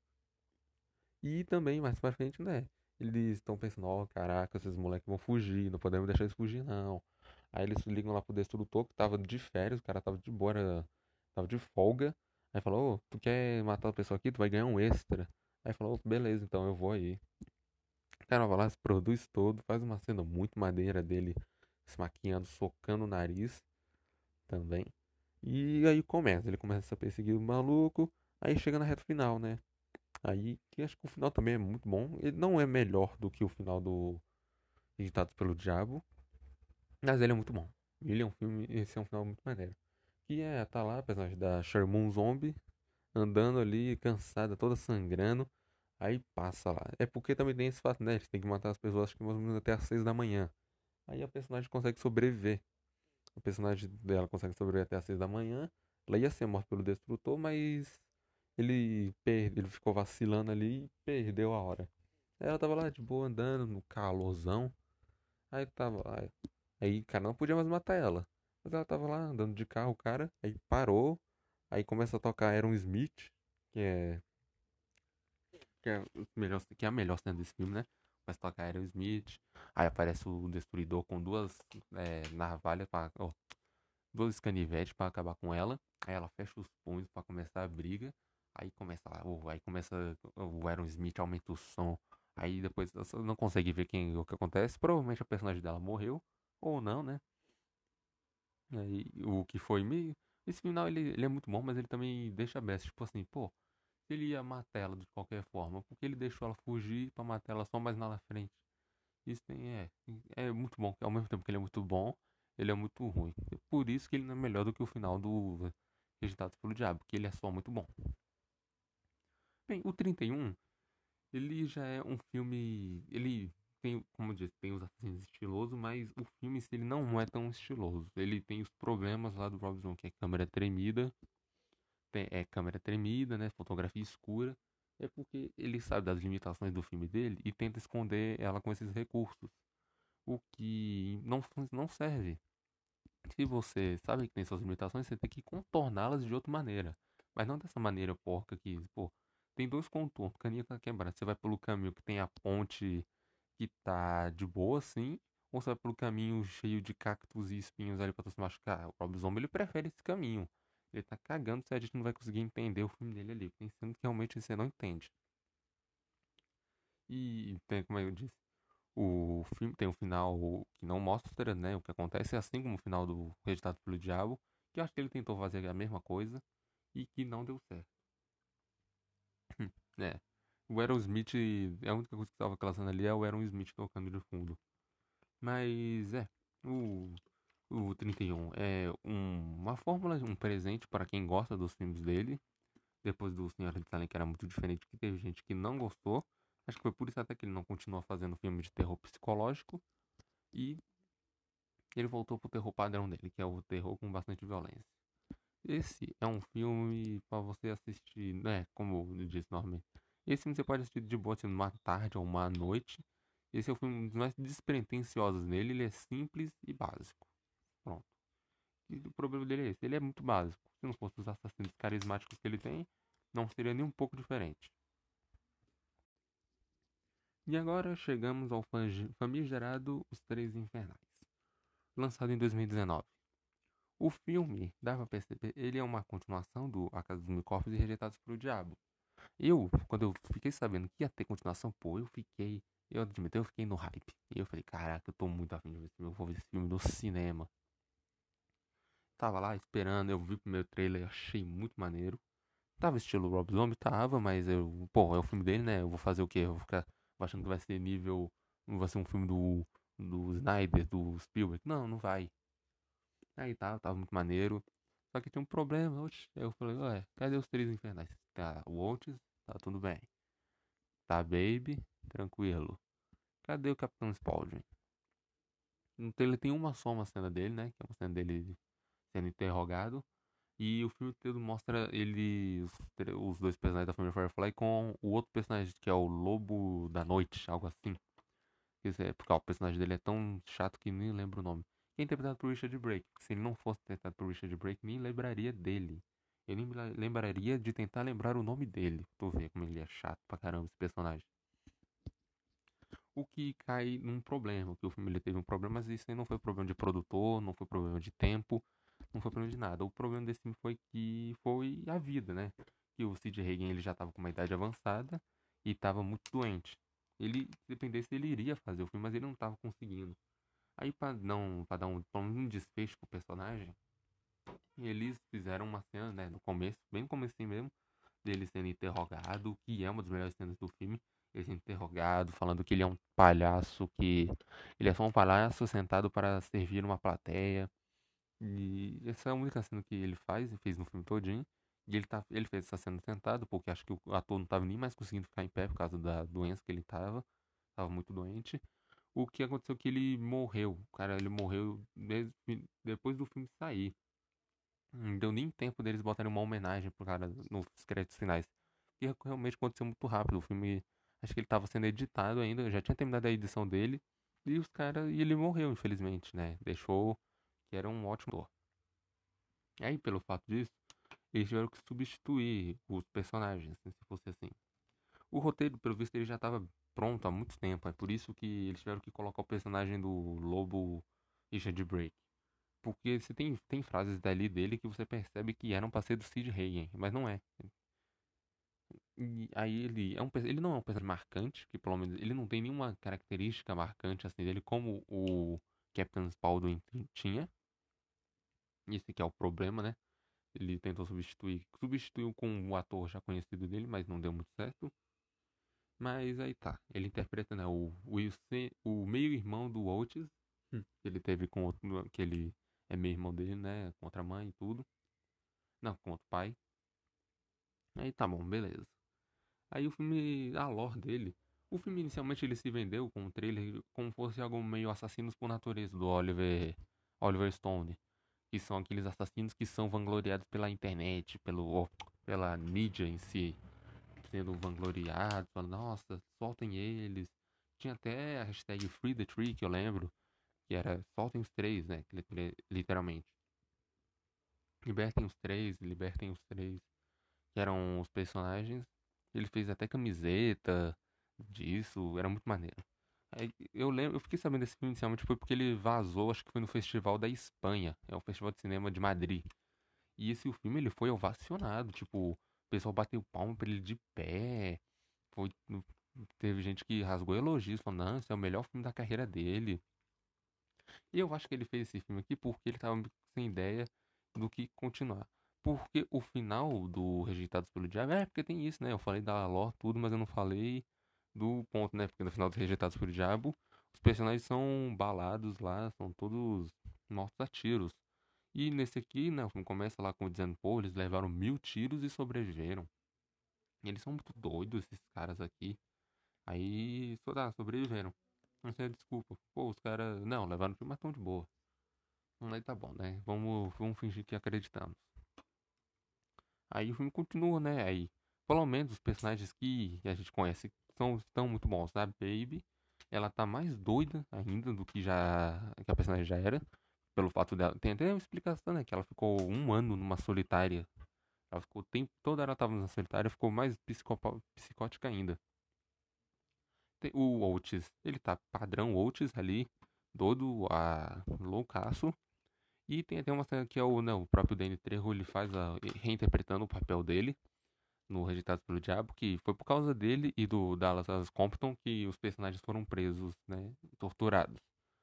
E também, mais pra frente, né? Eles estão pensando, ó, caraca, esses moleques vão fugir, não podemos deixar eles fugir, não. Aí eles ligam lá pro Destrutor, que tava de férias, o cara tava de boa, era- tava de folga. Aí falou, ô, tu quer matar a pessoa aqui? Tu vai ganhar um extra. Aí falou, ô, beleza, então eu vou aí. O cara vai lá, se produz todo, faz uma cena muito maneira dele se maquiando, socando o nariz também. E aí começa, ele começa a perseguir o maluco, aí chega na reta final, né? Aí, que acho que o final também é muito bom. Ele não é melhor do que o final do Editados pelo Diabo, mas ele é muito bom. Ele é um filme, esse é um final muito maneiro. Que é, tá lá, a personagem da Sherman Zombie, andando ali, cansada, toda sangrando. Aí passa lá. É porque também tem esse fato, né? Eles têm que matar as pessoas, acho que mais ou menos até às seis da manhã. Aí a personagem consegue sobreviver. O personagem dela consegue sobreviver até às seis da manhã. Ela ia ser morta pelo destrutor, mas ele, per... ele ficou vacilando ali e perdeu a hora. Aí ela tava lá de boa andando no calorzão. Aí tava lá. Aí o cara não podia mais matar ela. Mas ela tava lá andando de carro, o cara. Aí parou. Aí começa a tocar Aerosmith, que é, que é, o melhor, que é a melhor cena desse filme, né? Começa a tocar Aerosmith. Aí aparece o Destruidor com duas é, navalhas, pra, ó, duas canivetes pra acabar com ela. Aí ela fecha os punhos pra começar a briga. Aí começa lá, oh, aí começa o Aerosmith, aumenta o som. Aí depois você não consegue ver quem, o que acontece. Provavelmente a personagem dela morreu. Ou não, né? Aí, o que foi meio. Esse final ele, ele é muito bom, mas ele também deixa aberto. Tipo assim, pô, se ele ia matar ela de qualquer forma, porque ele deixou ela fugir pra matar ela só mais lá na frente? Isso tem, é, é muito bom. Ao mesmo tempo que ele é muito bom, ele é muito ruim. É por isso que ele não é melhor do que o final do Registrados pelo Diabo, porque ele é só muito bom. Bem, o trinta e um, ele já é um filme. Ele tem, como eu disse, tem os assassinos estilosos, mas o filme em si, ele não é tão estiloso. Ele tem os problemas lá do Rob Zombie, que é câmera tremida, tem- é câmera tremida, né? Fotografia escura. É porque ele sabe das limitações do filme dele e tenta esconder ela com esses recursos. O que não, fun- não serve. Se você sabe que tem suas limitações, você tem que contorná-las de outra maneira. Mas não dessa maneira porca que, pô, tem dois contornos, caninha tá quebrada. Você vai pelo caminho que tem a ponte que tá de boa, assim, ou você vai pelo caminho cheio de cactos e espinhos ali pra tu se machucar. O Rob Zombie, ele prefere esse caminho. Ele tá cagando se a gente não vai conseguir entender o filme dele ali, pensando que realmente você não entende. E tem, como eu disse, o filme tem um final que não mostra, né, o que acontece, assim como o final do Reeditado pelo Diabo, que eu acho que ele tentou fazer a mesma coisa e que não deu certo. É. O Aerosmith, a única coisa que salva aquela cena ali é o Aerosmith tocando de fundo. Mas é, o, o trinta e um é um, uma fórmula, um presente para quem gosta dos filmes dele. Depois do Senhor de Salem, que era muito diferente, que teve gente que não gostou. Acho que foi por isso até que ele não continuou fazendo filme de terror psicológico. E ele voltou pro terror padrão dele, que é o terror com bastante violência. Esse é um filme para você assistir, né? Como eu disse normalmente. Esse filme você pode assistir de boa, assim, numa tarde ou uma noite. Esse é o filme um dos mais despretensiosos nele. Ele é simples e básico. Pronto. E o problema dele é esse. Ele é muito básico. Se não fosse os assassinos carismáticos que ele tem, não seria nem um pouco diferente. E agora chegamos ao famigerado Os Três Infernais, lançado em dois mil e dezenove. O filme, dá pra perceber, ele é uma continuação do A Casa dos Mil Corpos e Rejeitados pelo Diabo. Eu, quando eu fiquei sabendo que ia ter continuação, pô, eu fiquei, eu admito, eu fiquei no hype. E eu falei, caraca, eu tô muito afim de ver esse filme, eu vou ver esse filme no cinema. Tava lá esperando, eu vi o primeiro trailer, achei muito maneiro. Tava estilo Rob Zombie, tava, mas eu, pô, é o filme dele, né? Eu vou fazer o quê? Eu vou ficar achando que vai ser nível, não vai ser um filme do, do Snyder, do Spielberg. Não, não vai. Aí tava, tava muito maneiro. Só que tinha um problema, oxe. Aí eu falei, ué, cadê os três infernais? Tá, o Otis, tá tudo bem. Tá, Baby, tranquilo. Cadê o Capitão Spaulding? No trailer tem uma só uma cena dele, né? Que é uma cena dele sendo interrogado. E o filme todo mostra ele, os, tre- os dois personagens da família Firefly com o outro personagem que é o Lobo da Noite, algo assim. Esse é- Porque ó, o personagem dele é tão chato que nem lembro o nome. que é interpretado por Richard Brake. Se ele não fosse interpretado por Richard Brake, nem lembraria dele. Eu nem me lembraria de tentar lembrar o nome dele. Tu vê como ele é chato pra caramba, esse personagem. O que cai num problema, que o filme ele teve um problema, mas isso aí não foi problema de produtor, não foi problema de tempo, não foi problema de nada. O problema desse filme foi que foi a vida, né? Que o Sid Hagen ele já estava com uma idade avançada e estava muito doente. Ele, se dependesse, ele iria fazer o filme, mas ele não estava conseguindo. Aí para não, para dar um, pra um desfecho pro personagem, eles fizeram uma cena, né, no começo, bem no comecinho mesmo, dele sendo interrogado, que é uma das melhores cenas do filme. Ele sendo interrogado, falando que ele é um palhaço, que ele é só um palhaço sentado para servir uma plateia. E essa é a única cena que ele faz, e fez no filme todinho. E ele, tá, ele fez essa cena sentado, porque acho que o ator não estava nem mais conseguindo ficar em pé por causa da doença que ele estava. Estava muito doente. O que aconteceu é que ele morreu. Cara, ele morreu desde, depois do filme sair. Não deu nem tempo deles botarem uma homenagem pro cara nos créditos finais. Porque realmente aconteceu muito rápido. O filme, acho que ele tava sendo editado ainda, já tinha terminado a edição dele. E os caras, e ele morreu, infelizmente, né? Deixou que era um ótimo ator. E aí, pelo fato disso, eles tiveram que substituir os personagens, né, se fosse assim. O roteiro, pelo visto, ele já estava pronto há muito tempo. É por isso que eles tiveram que colocar o personagem do Lobo Richard Brake. Porque você tem, tem frases dali dele que você percebe que eram pra ser do Sid Hagen, mas não é. E aí ele é um ele não é um personagem marcante, que pelo menos ele não tem nenhuma característica marcante assim dele como o Captain Spaulding tinha. Esse que é o problema, né? Ele tentou substituir, substituiu com o ator já conhecido dele, mas não deu muito certo. Mas aí tá, ele interpreta, né, o Wilson, o meio-irmão do Oates, hum. que ele teve com outro, que ele é meio-irmão dele, né, com outra mãe e tudo. Não, com outro pai. Aí tá bom, beleza. Aí o filme, a lore dele, o filme inicialmente ele se vendeu com um trailer como fosse algo meio Assassinos por Natureza, do Oliver, Oliver Stone. Que são aqueles assassinos que são vangloriados pela internet, pelo, pela mídia em si. Sendo vangloriados, falando, nossa, soltem eles. Tinha até a hashtag Free the Tree, que eu lembro, que era soltem os três, né? Literalmente. Libertem os três, libertem os três. Que eram os personagens. Ele fez até camiseta disso, era muito maneiro. Aí, eu lembro, eu fiquei sabendo desse filme inicialmente foi porque ele vazou, acho que foi no Festival da Espanha, é o Festival de Cinema de Madrid. E esse o filme ele foi ovacionado, tipo, o pessoal bateu palma pra ele de pé. Foi, teve gente que rasgou elogios, falando, não, esse é o melhor filme da carreira dele. E eu acho que ele fez esse filme aqui porque ele tava sem ideia do que continuar. Porque o final do Rejeitados pelo Diabo, é porque tem isso, né? Eu falei da lore, tudo, mas eu não falei do ponto, né? Porque no final do Rejeitados pelo Diabo, os personagens são balados lá, são todos mortos a tiros. E nesse aqui, né? O filme começa lá com dizendo, pô, eles levaram mil tiros e sobreviveram. E eles são muito doidos, esses caras aqui. Aí, só dá, sobreviveram. Não sei, desculpa. Pô, os caras. Não, levaram o filme, mas tão de boa. Aí tá bom, né? Vamos, vamos fingir que acreditamos. Aí o filme continua, né? Aí, pelo menos os personagens que a gente conhece são, estão muito bons, sabe? Baby, ela tá mais doida ainda do que já que a personagem já era. Pelo fato dela. Tem até uma explicação, né? Que ela ficou um ano numa solitária. Ela ficou o tempo todo ela tava numa solitária, ficou mais psicótica ainda. Tem o Oates, ele tá padrão Oates ali, todo a loucaço. E tem até uma cena que é o, não, o próprio Danny Trejo, ele faz a, reinterpretando o papel dele no Rejeitados pelo Diabo, que foi por causa dele e do Dallas Compton que os personagens foram presos, né, torturados.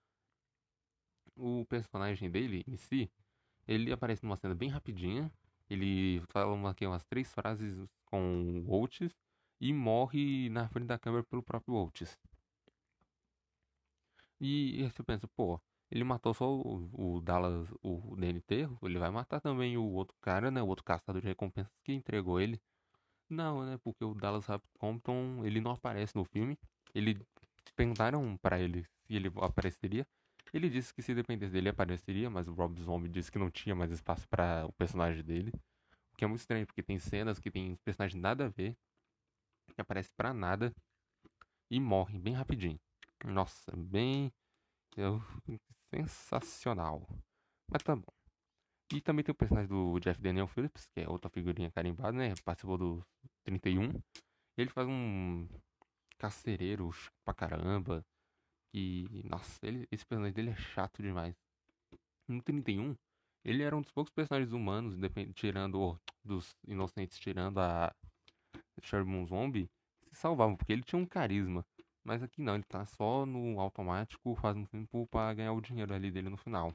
O personagem dele, em si, ele aparece numa cena bem rapidinha, ele fala uma, aqui, umas três frases com o Oates e morre na frente da câmera pelo próprio Oates. E, e você pensa, pô, ele matou só o, o Dallas, o D N T, ele vai matar também o outro cara, né? O outro caçador de recompensas que entregou ele. Não, né? Porque o Dallas Compton, ele não aparece no filme. Ele perguntaram pra ele se ele apareceria. Ele disse que se dependesse dele apareceria, mas o Rob Zombie disse que não tinha mais espaço para o personagem dele. O que é muito estranho, porque tem cenas que tem personagens nada a ver, que aparece pra nada e morrem bem rapidinho. Nossa, bem eu, sensacional. Mas tá bom. E também tem o personagem do Jeff Daniel Phillips, que é outra figurinha carimbada, né? Participou do trinta e um. Ele faz um carcereiro pra caramba. E, nossa, ele, esse personagem dele é chato demais. No trinta e um, ele era um dos poucos personagens humanos, depend- tirando dos inocentes, tirando a Sherman Zombie, que se salvavam, porque ele tinha um carisma. Mas aqui não, ele tá só no automático, fazendo filme pra ganhar o dinheiro ali dele no final.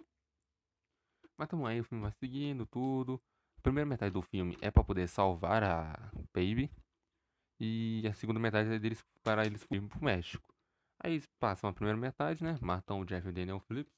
Mas tamo aí, o filme vai seguindo, tudo. A primeira metade do filme é pra poder salvar a Baby. E a segunda metade é deles para eles irem pro México. Aí eles passam a primeira metade, né? Matam o Jeff e o Daniel Phillips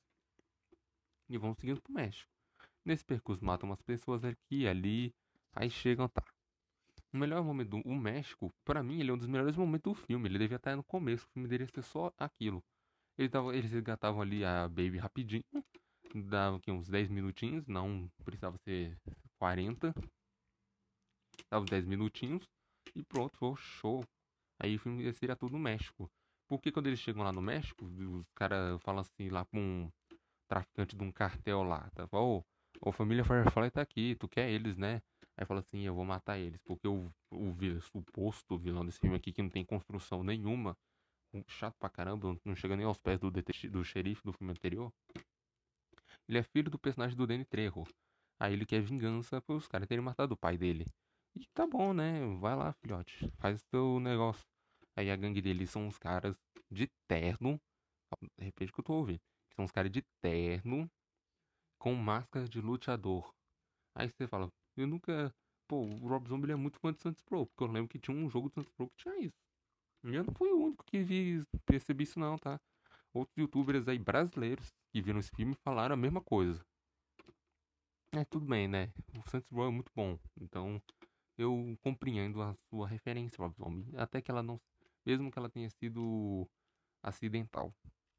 e vão seguindo pro México. Nesse percurso matam umas pessoas aqui e ali. Aí chegam, tá. O melhor momento do o México, pra mim, ele é um dos melhores momentos do filme. Ele devia estar no começo, o filme deveria ser só aquilo. Ele tava, eles resgatavam ali a Baby rapidinho. Dava aqui uns dez minutinhos, não precisava ser quarenta. Dava uns dez minutinhos e pronto, foi o show. Aí o filme seria tudo no México. Porque quando eles chegam lá no México, os caras falam assim lá pra um traficante de um cartel lá, tá? Ô, ô família Firefly tá aqui, tu quer eles, né? Aí fala assim, eu vou matar eles, porque o, o, o suposto vilão desse filme aqui, que não tem construção nenhuma, um chato pra caramba, não chega nem aos pés do, detetive, do xerife do filme anterior, ele é filho do personagem do Danny Trejo. Aí ele quer vingança pelos caras terem matado o pai dele. E tá bom, né? Vai lá, filhote, faz o teu negócio. Aí a gangue dele são os caras de terno, repete o que eu tô ouvindo, são os caras de terno, com máscara de luteador. Aí você fala, eu nunca. Pô, o Rob Zombie ele é muito fã de Saints Pro, porque eu lembro que tinha um jogo de Saints Pro que tinha isso. E eu não fui o único que vi, percebi isso não, tá? Outros youtubers aí brasileiros que viram esse filme falaram a mesma coisa. É, tudo bem, né? O Saints Row é muito bom. Então, eu compreendo a sua referência, Rob Zombie. Até que ela não. Mesmo que ela tenha sido acidental.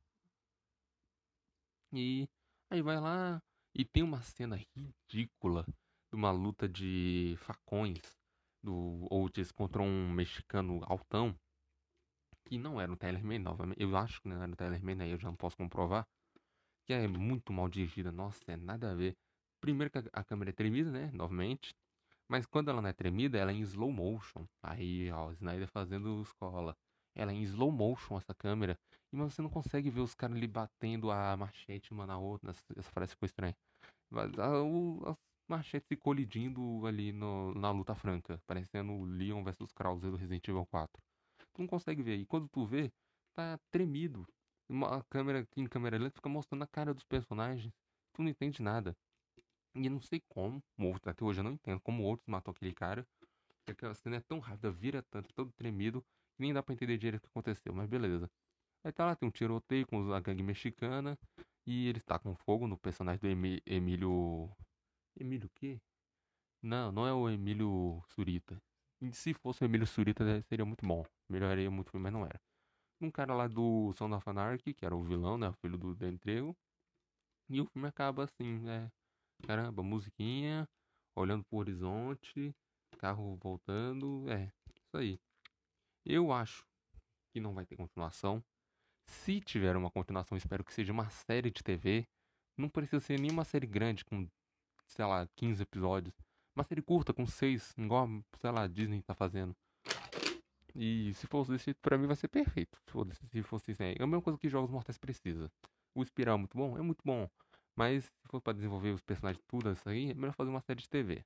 E aí vai lá e tem uma cena ridícula de uma luta de facões do Otis contra um mexicano altão, que não era o Tyler Mane, novamente. Eu acho que não era o Tyler Mane, aí eu já não posso comprovar. Que é muito mal dirigida, nossa, é nada a ver. Primeiro que a, a câmera é tremida, né? Novamente. Mas quando ela não é tremida, ela é em slow motion. Aí, ó, o Snyder fazendo escola. Ela é em slow motion, essa câmera. E mas você não consegue ver os caras ali batendo a machete uma na outra. Essa, essa frase ficou estranha. Mas a, o, as machetes se colidindo ali no, na luta franca. Parecendo o Leon versus Krauser do Resident Evil quatro. Tu não consegue ver. E quando tu vê, tá tremido. Uma, a câmera em câmera lenta fica mostrando a cara dos personagens. Tu não entende nada. E eu não sei como, até hoje eu não entendo como outros matou aquele cara. Porque aquela cena é tão rápida, vira tanto, todo tremido, que nem dá pra entender direito o que aconteceu, mas beleza. Aí tá lá, tem um tiroteio com a gangue mexicana. E ele tá com fogo no personagem do Emi- Emílio. Emílio o quê? Não, não é o Emílio Surita. E se fosse o Emílio Surita, né, seria muito bom. Melhoraria muito o filme, mas não era. Um cara lá do Son of Anarchy, que era o vilão, né? O filho do Dan Trejo. E o filme acaba assim, né? Caramba, musiquinha, olhando pro horizonte, carro voltando, é, isso aí. Eu acho que não vai ter continuação. Se tiver uma continuação, espero que seja uma série de T V. Não precisa ser nenhuma série grande com, sei lá, quinze episódios. Uma série curta com seis, igual, sei lá, a Disney tá fazendo. E se fosse desse jeito, pra mim vai ser perfeito. Foda-se, se fosse assim. É a mesma coisa que Jogos Mortais precisa. O Espiral é muito bom? É muito bom. Mas se for pra desenvolver os personagens tudo isso aí, é melhor fazer uma série de T V.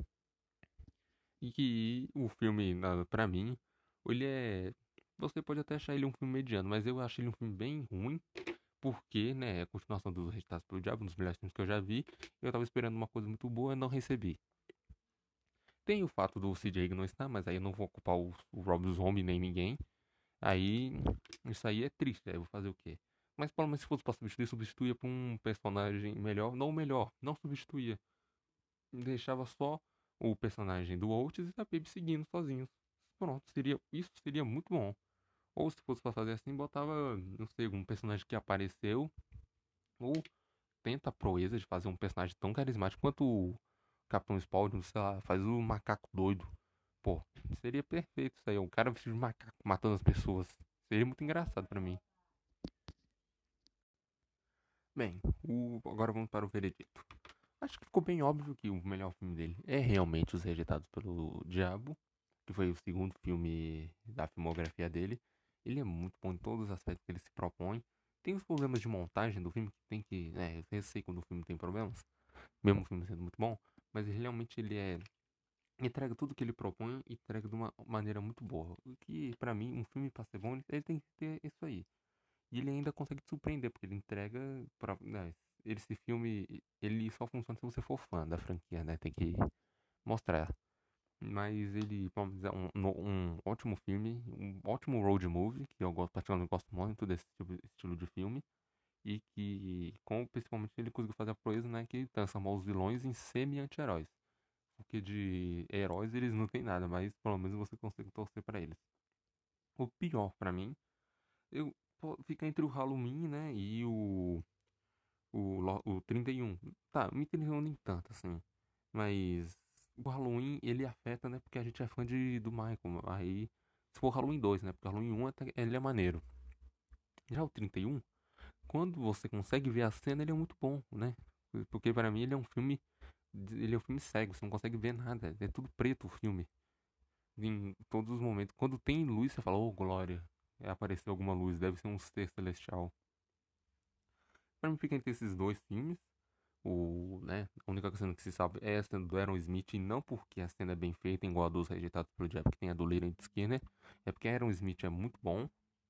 E que o filme, na- pra mim, ele é. Você pode até achar ele um filme mediano, mas eu acho ele um filme bem ruim, porque, né, é a continuação dos Registrados pelo Diabo, um dos melhores filmes que eu já vi. Eu tava esperando uma coisa muito boa e não recebi. Tem o fato do C J não estar, mas aí eu não vou culpar o, o Rob Zombie nem ninguém. Aí, isso aí é triste, aí eu vou fazer o quê? Mas pelo menos se fosse pra substituir, substituía por um personagem melhor. Não melhor, não substituía. Deixava só o personagem do Oates e da Baby seguindo sozinhos. Pronto, seria, isso seria muito bom. Ou se fosse pra fazer assim, botava, não sei, um personagem que apareceu. Ou tenta a proeza de fazer um personagem tão carismático quanto o Capitão Spaulding, sei lá, faz o macaco doido. Pô, seria perfeito isso aí. O cara vestido de macaco matando as pessoas. Seria muito engraçado pra mim. Bem, o... agora vamos para o veredito. Acho que ficou bem óbvio que o melhor filme dele é realmente Os Rejeitados pelo Diabo, que foi o segundo filme da filmografia dele. Ele é muito bom em todos os aspectos que ele se propõe. Tem os problemas de montagem do filme, que tem que. Né, eu sei quando o filme tem problemas, mesmo o filme sendo muito bom, mas ele, realmente ele é. Entrega tudo que ele propõe e entrega de uma maneira muito boa. O que, pra mim, um filme pra ser bom, ele tem que ter isso aí. E ele ainda consegue te surpreender, porque ele entrega. Pra, né, esse filme, ele só funciona se você for fã da franquia, né? Tem que mostrar. Mas ele, vamos dizer, um, no- um ótimo filme, um ótimo road movie, que eu gosto, particularmente gosto muito desse tipo, estilo de filme. E que, com, principalmente, ele conseguiu fazer a proeza, né? Que transformou os vilões em semi-anti-heróis. Porque de heróis eles não tem nada, mas pelo menos você consegue torcer pra eles. O pior pra mim, eu pô, fica entre o Halloween, né? E o o, lo- o trinta e um. Tá, o trinta e um nem tanto, assim. Mas o Halloween, ele afeta, né? Porque a gente é fã de, do Michael. Aí, se for Halloween dois, né? Porque o Halloween um até, ele é maneiro. Já o trinta e um, quando você consegue ver a cena, ele é muito bom, né? Porque pra mim ele é um filme. Ele é um filme cego, você não consegue ver nada. É tudo preto o filme. Em todos os momentos. Quando tem luz, você fala, oh, glória. É, apareceu alguma luz, deve ser um ser celestial. Pra mim fica entre esses dois filmes. O, né, a única cena que se sabe é a cena do Aaron Smith, e não porque a cena é bem feita, igual a dos Rejeitados pelo Diabo, que tem a do Leland Skinner, é porque Aaron Smith é muito bom,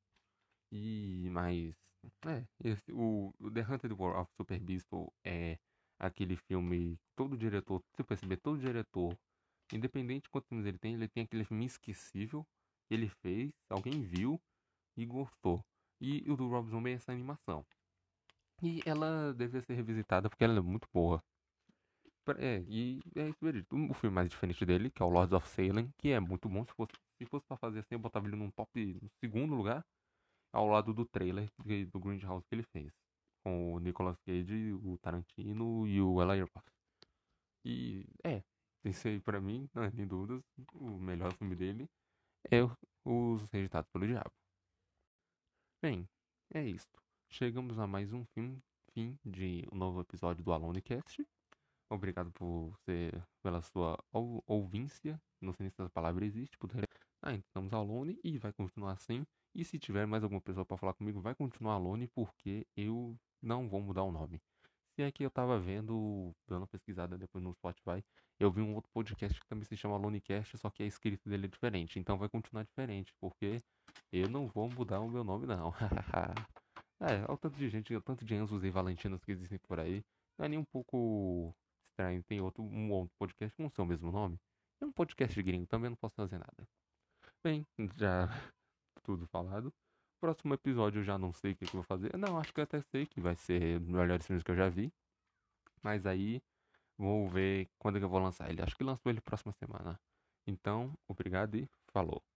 e mas, é, esse, o, o The Hunted War of Super Beast é aquele filme, todo diretor, se você perceber, todo diretor, independente de quantos filmes ele tem, ele tem aquele filme esquecível, que ele fez, alguém viu e gostou. E o do Rob Zombie é essa animação. E ela deve ser revisitada porque ela é muito boa. É, e é isso mesmo. O filme mais diferente dele, que é o Lords of Salem, que é muito bom. Se fosse, se fosse pra fazer assim, eu botava ele num top, no segundo lugar, ao lado do trailer de- do Grindhouse que ele fez. Com o Nicolas Cage, o Tarantino e o Elijah Wood. E, é, esse aí pra mim, não tem dúvidas, o melhor filme dele é o- Os Rejeitados pelo Diabo. Bem, é isso. Chegamos a mais um fim, fim de um novo episódio do Alonecast. Obrigado por você, pela sua ou, ouvíncia. Não sei se essa palavra existe. Por... Ah, então estamos alone e vai continuar assim. E se tiver mais alguma pessoa para falar comigo, vai continuar alone porque eu não vou mudar o nome. Se é que eu tava vendo, dando uma pesquisada depois no Spotify, eu vi um outro podcast que também se chama Alonecast, só que a escrita dele é diferente. Então vai continuar diferente, porque eu não vou mudar o meu nome, não. É, olha o tanto de gente, o tanto de Enzos e Valentinos que existem por aí. Não é nem um pouco estranho. Tem outro, um outro podcast com o seu mesmo nome. É um podcast gringo, também não posso fazer nada. Bem, já tudo falado. Próximo episódio eu já não sei o que, que eu vou fazer. Não, acho que eu até sei que vai ser os melhores filmes que eu já vi. Mas aí vou ver quando é que eu vou lançar ele. Acho que lançou ele próxima semana. Então, obrigado e falou.